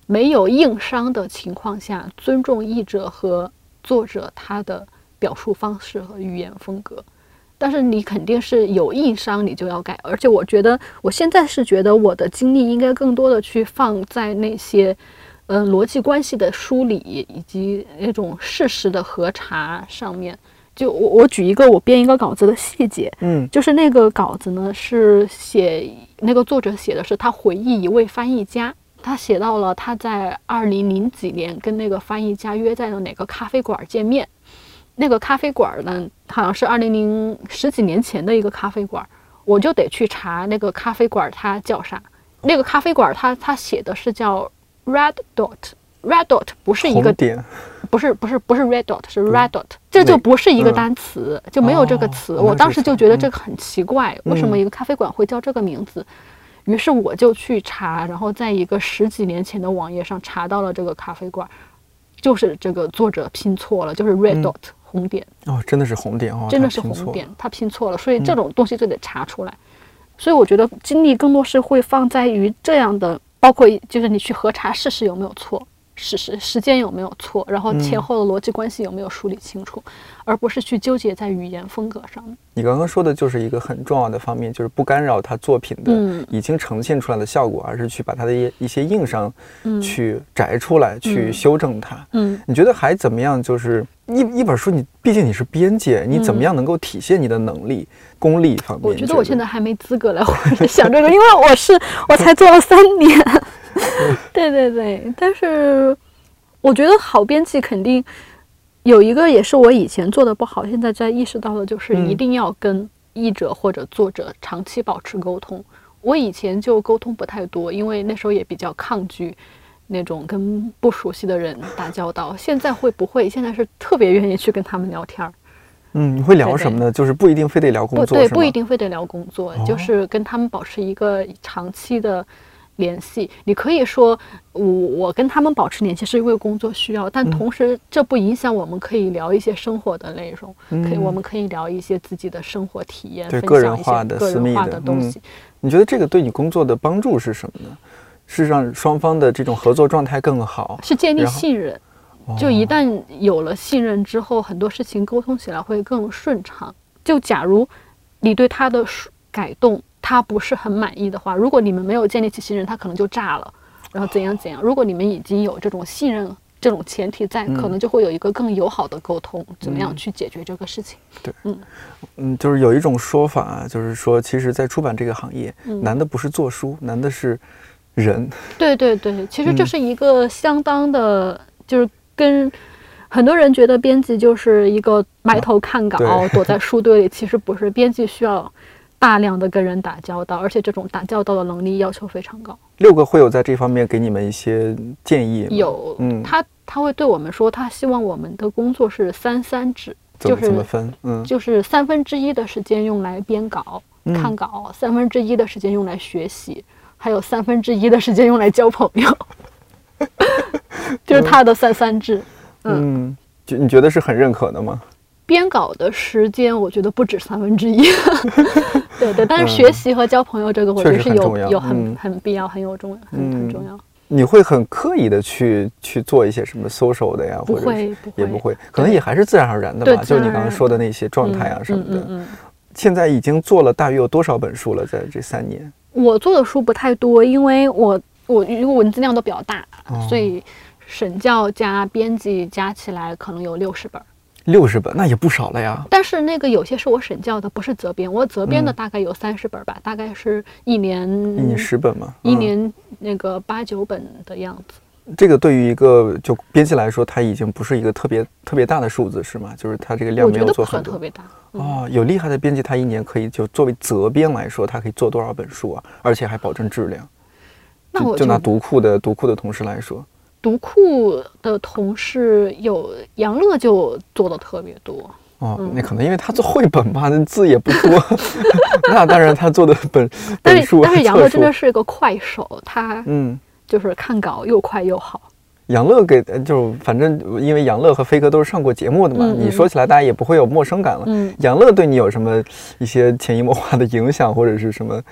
没有硬伤的情况下，尊重译者和作者他的表述方式和语言风格。但是你肯定是有硬伤，你就要改。而且我觉得，我现在是觉得我的精力应该更多的去放在那些，嗯、呃，逻辑关系的梳理以及那种事实的核查上面。就我我举一个我编一个稿子的细节， 嗯， 就是那个稿子呢是写那个作者写的是他回忆一位翻译家，他写到了他在二零零几年跟那个翻译家约在了哪个咖啡馆见面。那个咖啡馆呢，好像是二零零十几年前的一个咖啡馆，我就得去查那个咖啡馆它叫啥。那个咖啡馆它它写的是叫 Red Dot。Red Dot 不是一个点， 不是不是不是 Red Dot 是 Red Dot，、嗯、这就不是一个单词，嗯、就没有这个词、哦。我当时就觉得这个很奇怪，嗯、为什么一个咖啡馆会叫这个名字？嗯、于是我就去查，然后在一个十几年前的网页上查到了这个咖啡馆，就是这个作者拼错了，就是 Red Dot、嗯、红点。 哦，真的是红点哦， 真的是红点，他拼错了，所以这种东西就得查出来。嗯、所以我觉得精力更多是会放在于这样的，包括就是你去核查事实有没有错。时时时间有没有错，然后前后的逻辑关系有没有梳理清楚、嗯、而不是去纠结在语言风格上。 你刚刚说的就是一个很重要的方面，就是不干扰他作品的已经呈现出来的效果、嗯、而是去把他的一些硬伤去摘出来、嗯、去修正它。嗯，你觉得还怎么样，就是一一本书你毕竟你是编辑，你怎么样能够体现你的能力、嗯、功力方面？ 我觉得我现在还没资格来想这个，因为我是我才做了三年对对对，但是我觉得好编辑肯定有一个也是我以前做的不好，现在在意识到的就是一定要跟译者或者作者长期保持沟通、嗯、我以前就沟通不太多，因为那时候也比较抗拒那种跟不熟悉的人打交道，现在会不会现在是特别愿意去跟他们聊天。 嗯，你会聊什么呢？就是不一定非得聊工作， 不对，不一定非得聊工作、哦、就是跟他们保持一个长期的联系。你可以说我我跟他们保持联系是因为工作需要，但同时这不影响我们可以聊一些生活的内容、嗯、可以我们可以聊一些自己的生活体验， 对， 分享一些个人化的个人化的东西、嗯、 你觉得这个对你工作的帮助是什么呢？是让双方的这种合作状态更好， 是建立信任。就一旦有了信任之后、哦、很多事情沟通起来会更顺畅。就假如你对他的改动他不是很满意的话，如果你们没有建立起信任，他可能就炸了，然后怎样怎样。如果你们已经有这种信任这种前提在、嗯、可能就会有一个更友好的沟通、嗯、怎么样去解决这个事情。 对，嗯嗯，就是有一种说法，就是说其实在出版这个行业、嗯、难的不是做书，难的是人。对对对，其实这是一个相当的、嗯、就是跟很多人觉得编辑就是一个埋头看稿、啊、躲在书堆里，其实不是，编辑需要大量的跟人打交道，而且这种打交道的能力要求非常高。 六个会有在这方面给你们一些建议吗？ 有，嗯，他他会对我们说，他希望我们的工作是三三制，就是怎么分？嗯，就是三分之一的时间用来编稿、嗯、看稿，三分之一的时间用来学习，还有三分之一的时间用来交朋友。就是他的三三制。 嗯，嗯，就你觉得是很认可的吗？ 编稿的时间我觉得不止三分之一。对对，但是学习和交朋友这个我觉得是有、嗯、有很很必要，很有重要，很、嗯、很重要。 你会很刻意的去去做一些什么 social 的呀？ 不会， 不会，也不会，可能也还是自然而然的吧。就是你刚刚说的那些状态啊什么的。嗯嗯嗯、现在已经做了大约有多少本书了？在这三年， 我做的书不太多，因为我我因为文字量都比较大，哦、所以审校加编辑加起来可能有六十本。 六十本那也不少了呀。 但是那个有些是我审校的，不是责编。我责编的大概有三十本吧、嗯，大概是一年一年十本嘛， 一年那个八九本的样子。 这个对于一个就编辑来说，它已经不是一个特别特别大的数字，是吗？就是它这个量没有做很多。 我觉得不算特别大。 嗯、哦，有厉害的编辑，他一年可以就作为责编来说，他可以做多少本书啊？而且还保证质量。 那我就, 就拿读库的读库的同事来说。 读库的同事有杨乐就做的特别多哦、嗯，那可能因为他做绘本嘛，那字也不多。那当然他做的本本数， 但是杨乐真的是个快手，他嗯就是看稿又快又好。 杨乐给就反正因为杨乐和飞哥都是上过节目的嘛、嗯，你说起来大家也不会有陌生感了。嗯，杨乐对你有什么一些潜移默化的影响或者是什么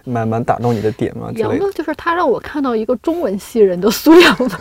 蛮蛮打动你的点吗？ 杨乐就是他让我看到一个中文系人的素养了。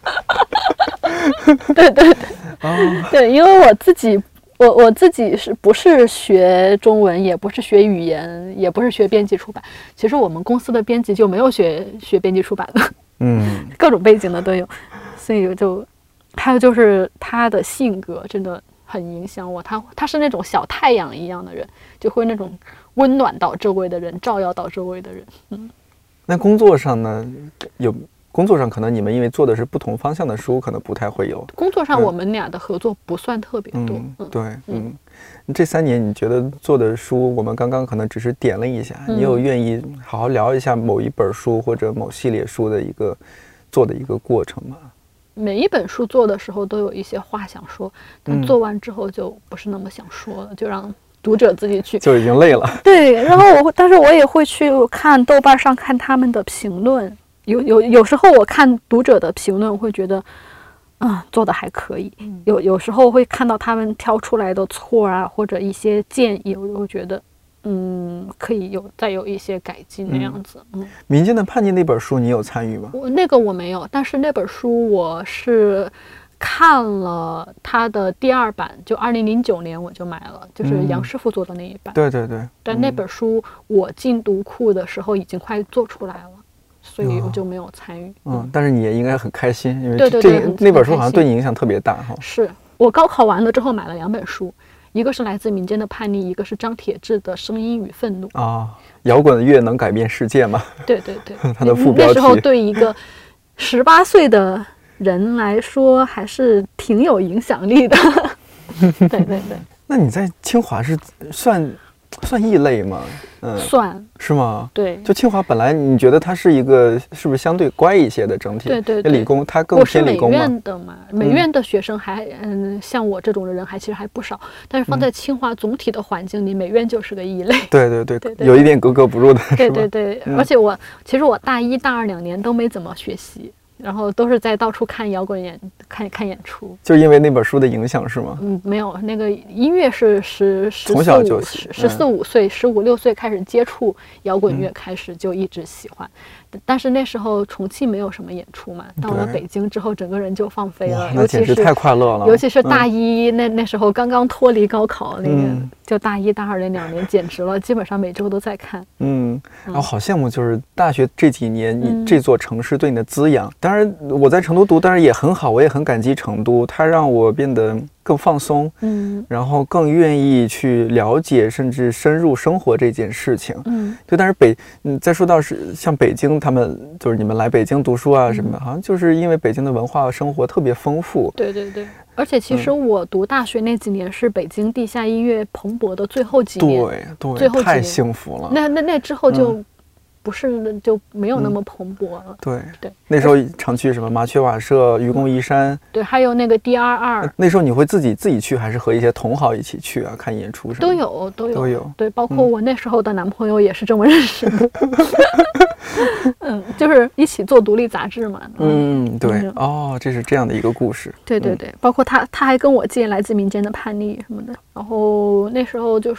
对对对，哦、对，因为我自己，我我自己是不是学中文，也不是学语言，也不是学编辑出版。其实我们公司的编辑就没有学学编辑出版的，嗯，各种背景的都有，所以就还有就是他的性格真的很影响我，他他是那种小太阳一样的人，就会那种温暖到周围的人，照耀到周围的人。嗯， 那工作上呢，有工作上可能你们因为做的是不同方向的书，可能不太会有。 工作上我们俩的合作不算特别多。 嗯嗯、对，嗯，嗯这三年你觉得做的书，我们刚刚可能只是点了一下，嗯、你有愿意好好聊一下某一本书或者某系列书的一个做的一个过程吗？ 每一本书做的时候都有一些话想说，但做完之后就不是那么想说了，嗯、就让读者自己去， 就已经累了。 对，然后我，但是我也会去看豆瓣上看他们的评论，有有有时候我看读者的评论会觉得，啊、嗯，做的还可以。有有时候会看到他们挑出来的错啊，或者一些建议，我就会觉得。嗯，可以有再有一些改进那样子。嗯， 嗯民间的叛逆那本书你有参与吗？ 我那个我没有，但是那本书我是看了他的第二版，就二零零九年我就买了，就是杨师傅做的那一版。 嗯、对对对。 但那本书我进读库的时候已经快做出来了，所以我就没有参与。 嗯，嗯但是你也应该很开心，因为对对对， 那本书好像对你影响特别大哈。 是我高考完了之后买了两本书。一个是来自民间的叛逆，一个是张铁志的声音与愤怒啊。摇滚乐能改变世界吗？ 对对对， 他的副标题那时候对一个十八岁的人来说还是挺有影响力的。对对对。 那你在清华是算算异类吗？ 嗯，算是吗？ 对， 就清华本来你觉得它是一个是不是相对乖一些的整体？ 对对对， 理工它更偏理工吗？ 我是美院的嘛，美院的学生还嗯，像我这种的人还其实还不少，但是放在清华总体的环境里，美院就是个异类。 对对对，有一点格格不入的。 对对对，而且我其实我大一大二两年都没怎么学习。然后都是在到处看摇滚演看看演出， 就因为那本书的影响是吗？ 嗯，没有，那个音乐是十十从小就喜十四五岁十五六岁开始接触摇滚乐，开始就一直喜欢。嗯、但是那时候重庆没有什么演出嘛，到了北京之后，整个人就放飞了， 尤其是太快乐了。 尤其是大一、嗯、那那时候刚刚脱离高考那个，嗯、就大一大二那两年，简直了，基本上每周都在看。 嗯，然后好羡慕，就是大学这几年，你这座城市对你的滋养。嗯当然，我在成都读，当然也很好，我也很感激成都，它让我变得更放松，嗯，然后更愿意去了解甚至深入生活这件事情，嗯，对。但是北，嗯，再说到是像北京，他们就是你们来北京读书啊什么的，嗯、好像就是因为北京的文化生活特别丰富， 对对对。而且其实我读大学那几年是北京地下音乐蓬勃的最后几年， 对对， 最后几年太幸福了。 那那那之后就。嗯不是就没有那么蓬勃了。嗯、 对对，那时候常去什么麻雀瓦舍、愚公移山， 对，还有那个 D R 二。 那时候你会自己自己去，还是和一些同好一起去啊？看演出什么都有都有都有。 对，包括我那时候的男朋友也是这么认识的。嗯，就是一起做独立杂志嘛。 嗯，对。嗯、哦，这是这样的一个故事。 对对对，嗯、包括他他还跟我借来自民间的叛逆什么的。然后那时候就是。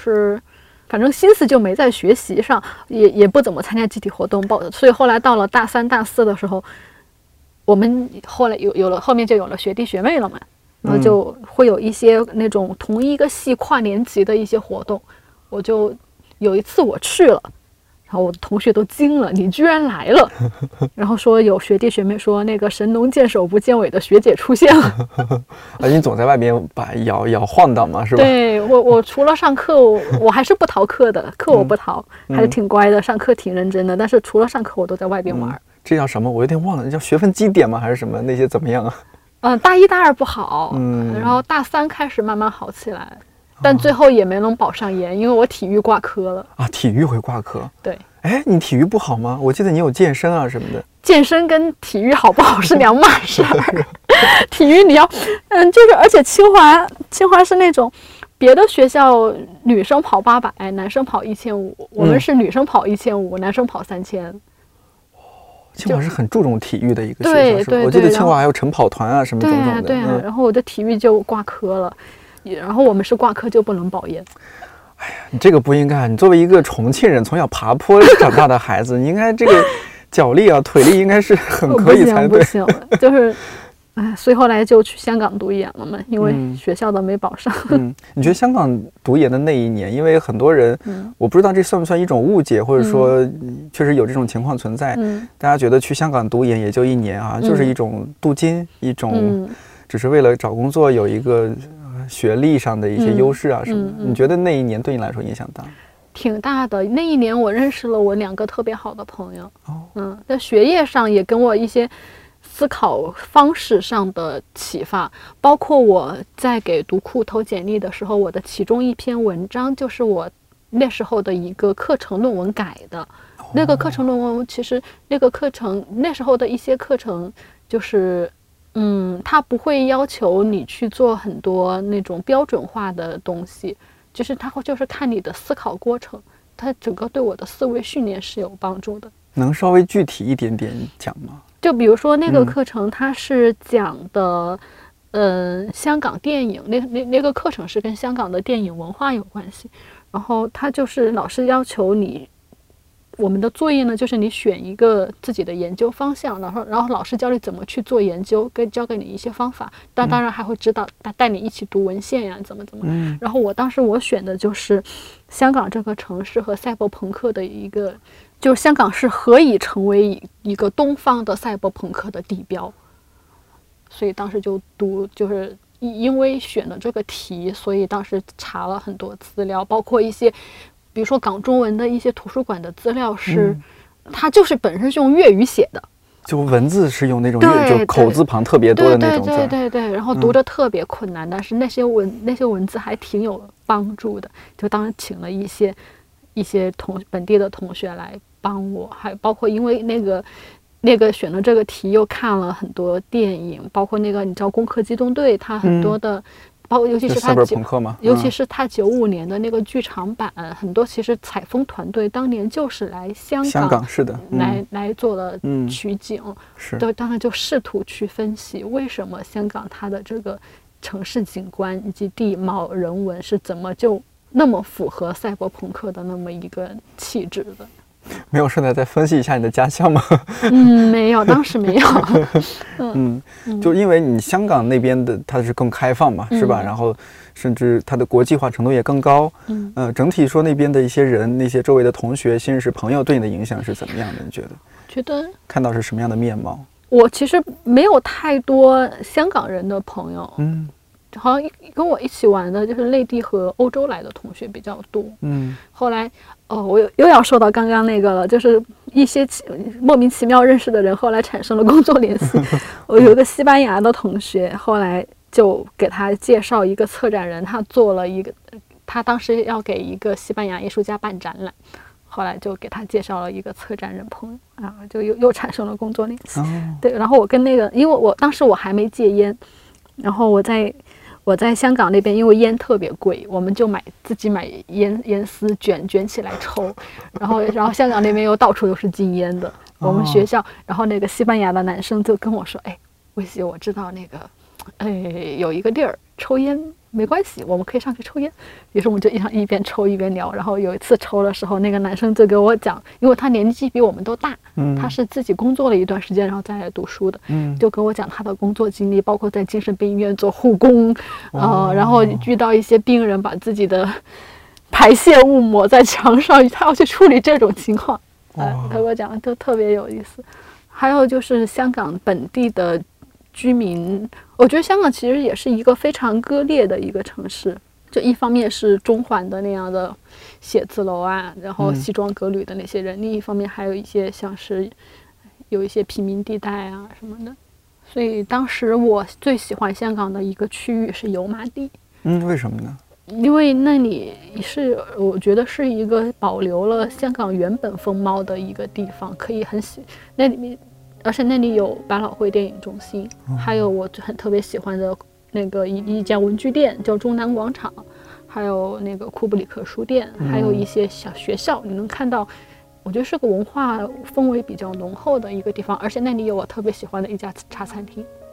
反正心思就没在学习上，也也不怎么参加集体活动，报所以后来到了大三、大四的时候，我们后来有有了后面就有了学弟学妹了嘛，然后就会有一些那种同一个系跨年级的一些活动，我就有一次我去了。然后我的同学都惊了，你居然来了！然后说有学弟学妹说那个神农见首不见尾的学姐出现了。 啊，你总在外边把摇摇晃荡嘛，是吧？ 对我，我除了上课，我, 我还是不逃课的，课我不逃，嗯、还是挺乖的，上课挺认真的。但是除了上课，我都在外边玩。嗯、 这叫什么？我有点忘了，叫学分基点吗？还是什么？那些怎么样啊？ 嗯，大一大二不好，嗯，然后大三开始慢慢好起来。但最后也没能保上研，因为我体育挂科了啊！体育会挂科？ 对。 哎，你体育不好吗？我记得你有健身啊什么的。 健身跟体育好不好是两码事儿。体育你要，嗯，就是而且清华清华是那种，别的学校女生跑八百，男生跑一千五，我们是女生跑一千五，男生跑三千。 清华是很注重体育的一个学校， 对对对。 我记得清华还有晨跑团啊什么种种的。 对啊，然后我的体育就挂科了。然后我们是挂科就不能保研。 哎呀， 你这个不应该，你作为一个重庆人，从小爬坡长大的孩子，你应该这个脚力啊、腿力应该是很可以才对。 不行，不行，就是。哎，所以后来就去香港读研了嘛，因为学校都没保上。 嗯，你觉得香港读研的那一年，因为很多人，嗯、我不知道这算不算一种误解，或者说确实有这种情况存在。嗯，大家觉得去香港读研也就一年啊，嗯、就是一种镀金，一种只是为了找工作有一个学历上的一些优势啊什么的。嗯嗯、你觉得那一年对你来说影响大？ 挺大的。那一年我认识了我两个特别好的朋友。哦，嗯，在学业上也跟我一些。思考方式上的启发，包括我在给读库投简历的时候，我的其中一篇文章就是我那时候的一个课程论文改的。哦、那个课程论文其实那个课程那时候的一些课程就是，嗯，它不会要求你去做很多那种标准化的东西，就是它会就是看你的思考过程，它整个对我的思维训练是有帮助的。 能稍微具体一点点讲吗？ 就比如说那个课程，它是讲的，嗯、呃，香港电影，那那那个课程是跟香港的电影文化有关系。然后它就是老师要求你，我们的作业呢，就是你选一个自己的研究方向，然后然后老师教你怎么去做研究，跟教给你一些方法，但当然还会指导带带你一起读文献呀，怎么怎么。嗯、然后我当时我选的就是香港这个城市和赛博朋克的一个。就是香港是何以成为一个东方的赛博朋克的地标，所以当时就读，就是因为选了这个题，所以当时查了很多资料，包括一些，比如说港中文的一些图书馆的资料是，嗯、它就是本身是用粤语写的， 就文字是用那种粤，就口字旁特别多的那种字， 对对对对对，然后读着特别困难，嗯、但是那些文那些文字还挺有帮助的，就当时请了一些一些同本地的同学来。帮我，还包括因为那个那个选了这个题，又看了很多电影，包括那个你知道《攻壳机动队》，它很多的，嗯、包括尤其是它九，嗯、尤其是它九五年的那个剧场版，很多其实采风团队当年就是来香港， 香港是的， 嗯、来来做了取景，嗯、是，对，当然就试图去分析为什么香港它的这个城市景观以及地貌人文是怎么就那么符合赛博朋克的那么一个气质的。 没有顺带再分析一下你的家乡吗？ 嗯，没有，当时没有。 嗯，就因为你香港那边的它是更开放嘛，嗯、是吧？然后甚至它的国际化程度也更高。嗯，呃，整体说那边的一些人，那些周围的同学、新认识朋友对你的影响是怎么样的？你觉得？ 觉得看到是什么样的面貌？ 我其实没有太多香港人的朋友。嗯。好像跟我一起玩的就是内地和欧洲来的同学比较多。嗯，后来哦，我又又要说到刚刚那个了，就是一些莫名其妙认识的人，后来产生了工作联系。我有一个西班牙的同学，后来就给他介绍一个策展人，他做了一个，他当时要给一个西班牙艺术家办展览，后来就给他介绍了一个策展人朋友，啊，就又又产生了工作联系。哦、对，然后我跟那个，因为我当时我还没戒烟，然后我在。我在香港那边，因为烟特别贵，我们就买自己买烟烟丝卷卷起来抽，然后然后香港那边又到处都是禁烟的，我们学校，然后那个西班牙的男生就跟我说，哎，薇希，我知道那个，哎，有一个地儿抽烟没关系，我们可以上去抽烟。于是我们就一一边抽一边聊，然后有一次抽的时候，那个男生就给我讲，因为他年纪比我们都大，嗯，他是自己工作了一段时间，然后再来读书的，嗯，就跟我讲他的工作经历，包括在精神病医院做护工，呃，然后遇到一些病人把自己的排泄物抹在墙上，他要去处理这种情况，呃，他给我讲都特别有意思。还有就是香港本地的居民，我觉得香港其实也是一个非常割裂的一个城市。就一方面是中环的那样的写字楼啊，然后西装革履的那些人，嗯、另一方面还有一些像是有一些贫民地带啊什么的。所以当时我最喜欢香港的一个区域是油麻地。 嗯，为什么呢？ 因为那里是我觉得是一个保留了香港原本风貌的一个地方，可以很喜那里面，而且那里有百老汇电影中心，哦、还有我很特别喜欢的那个一一家文具店叫中南广场，还有那个库布里克书店，嗯、还有一些小学校，你能看到，我觉得是个文化氛围比较浓厚的一个地方，而且那里有我特别喜欢的一家茶餐厅。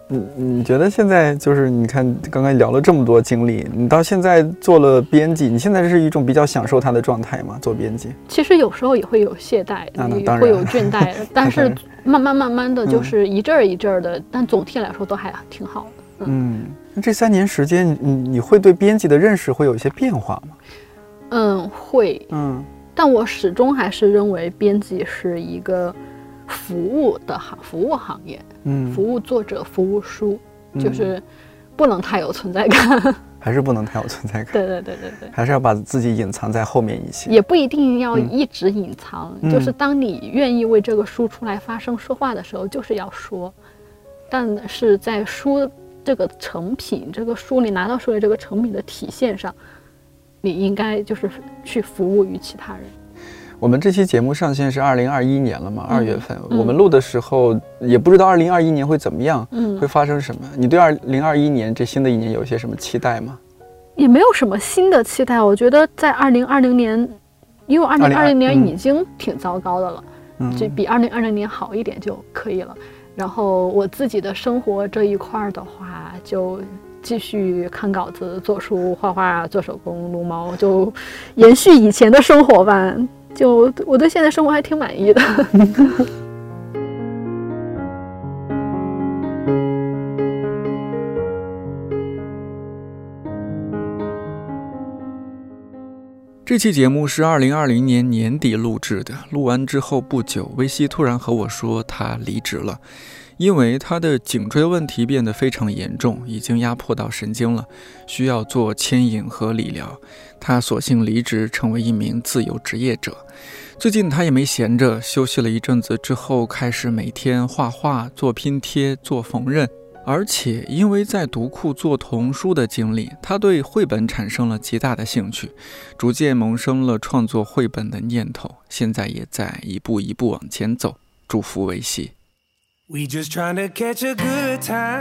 你你觉得现在就是你看刚刚聊了这么多经历，你到现在做了编辑，你现在是一种比较享受它的状态吗？做编辑其实有时候也会有懈怠， 啊、 也会有倦怠，但是慢慢慢慢的就是一阵儿一阵儿的、嗯，但总体来说都还挺好的。嗯， 嗯这三年时间，你你会对编辑的认识会有一些变化吗？ 嗯，会。嗯，但我始终还是认为编辑是一个服务的行服务行业，嗯，服务作者，服务书，就是不能太有存在感，嗯、 还是不能太有存在感。 对对对对对， 还是要把自己隐藏在后面一些， 也不一定要一直隐藏。嗯、就是当你愿意为这个书出来发声说话的时候，就是要说，但是在书这个成品，这个书里拿到手里这个成品的体现上，你应该就是去服务于其他人。 我们这期节目上线是二零二一年了嘛，二、嗯、月份、嗯、我们录的时候也不知道二零二一年会怎么样、嗯，会发生什么。你对二零二一年这新的一年有一些什么期待吗？ 也没有什么新的期待，我觉得在二零二零年，因为二零二零年已经挺糟糕的了，嗯、就比二零二零年好一点就可以了。然后我自己的生活这一块的话，就继续看稿子、做书、画画、做手工、撸猫，就延续以前的生活吧。就我对现在生活还挺满意的。 这期节目是二零二零年年底录制的，录完之后不久，薇希突然和我说他离职了，因为他的颈椎问题变得非常严重，已经压迫到神经了，需要做牵引和理疗。他索性离职，成为一名自由职业者。最近他也没闲着，休息了一阵子之后，开始每天画画、做拼贴、做缝纫。而且因为在读库做童书的经历，他对绘本产生了极大的兴趣，逐渐萌生了创作绘本的念头，现在也在一步一步往前走。祝福薇希。 We just trying to catch a good time,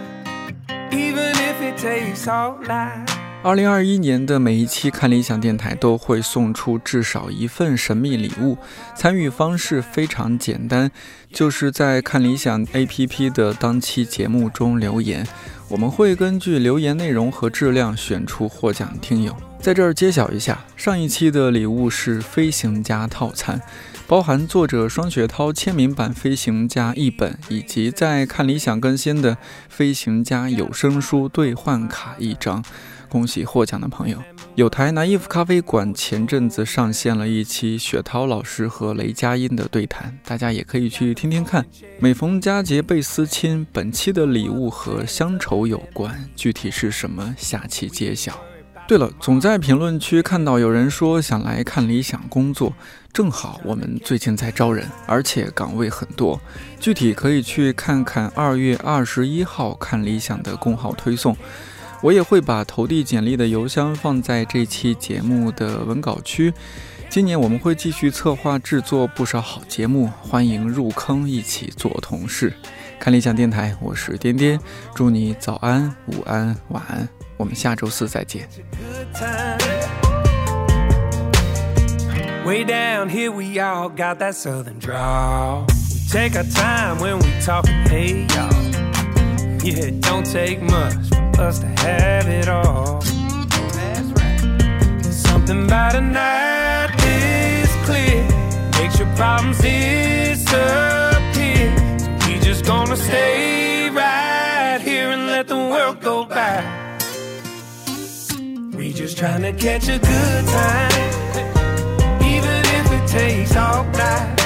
even if it takes all night。 二零二一年的每一期看理想电台都会送出至少一份神秘礼物，参与方式非常简单，就是在看理想 A P P 的当期节目中留言，我们会根据留言内容和质量选出获奖听友。在这儿揭晓一下，上一期的礼物是飞行家套餐，包含作者双雪涛签名版飞行家一本，以及在看理想更新的飞行家有声书兑换卡一张。恭喜获奖的朋友！有台拿衣服咖啡馆前阵子上线了一期雪涛老师和雷佳音的对谈，大家也可以去听听看。每逢佳节倍思亲，本期的礼物和乡愁有关，具体是什么，下期揭晓。对了，总在评论区看到有人说想来看理想工作，正好我们最近在招人，而且岗位很多，具体可以去看看二月二十一号看理想的公号推送。我也会把投递简历的邮箱放在这期节目的文稿区。今年我们会继续策划制作不少好节目，欢迎入坑一起做同事。看理想电台，我是颠颠，祝你早安、午安、晚安，我们下周四再见。Way down here we all got that southern drawl. We take our time when we talkin', hey y'all. Yeah, it don't take much for us to have it all. That's right. Something about a night is clear, makes your problems disappear. So we just gonna stay right here and let the world go by. We just trying to catch a good time, even if it takes all night.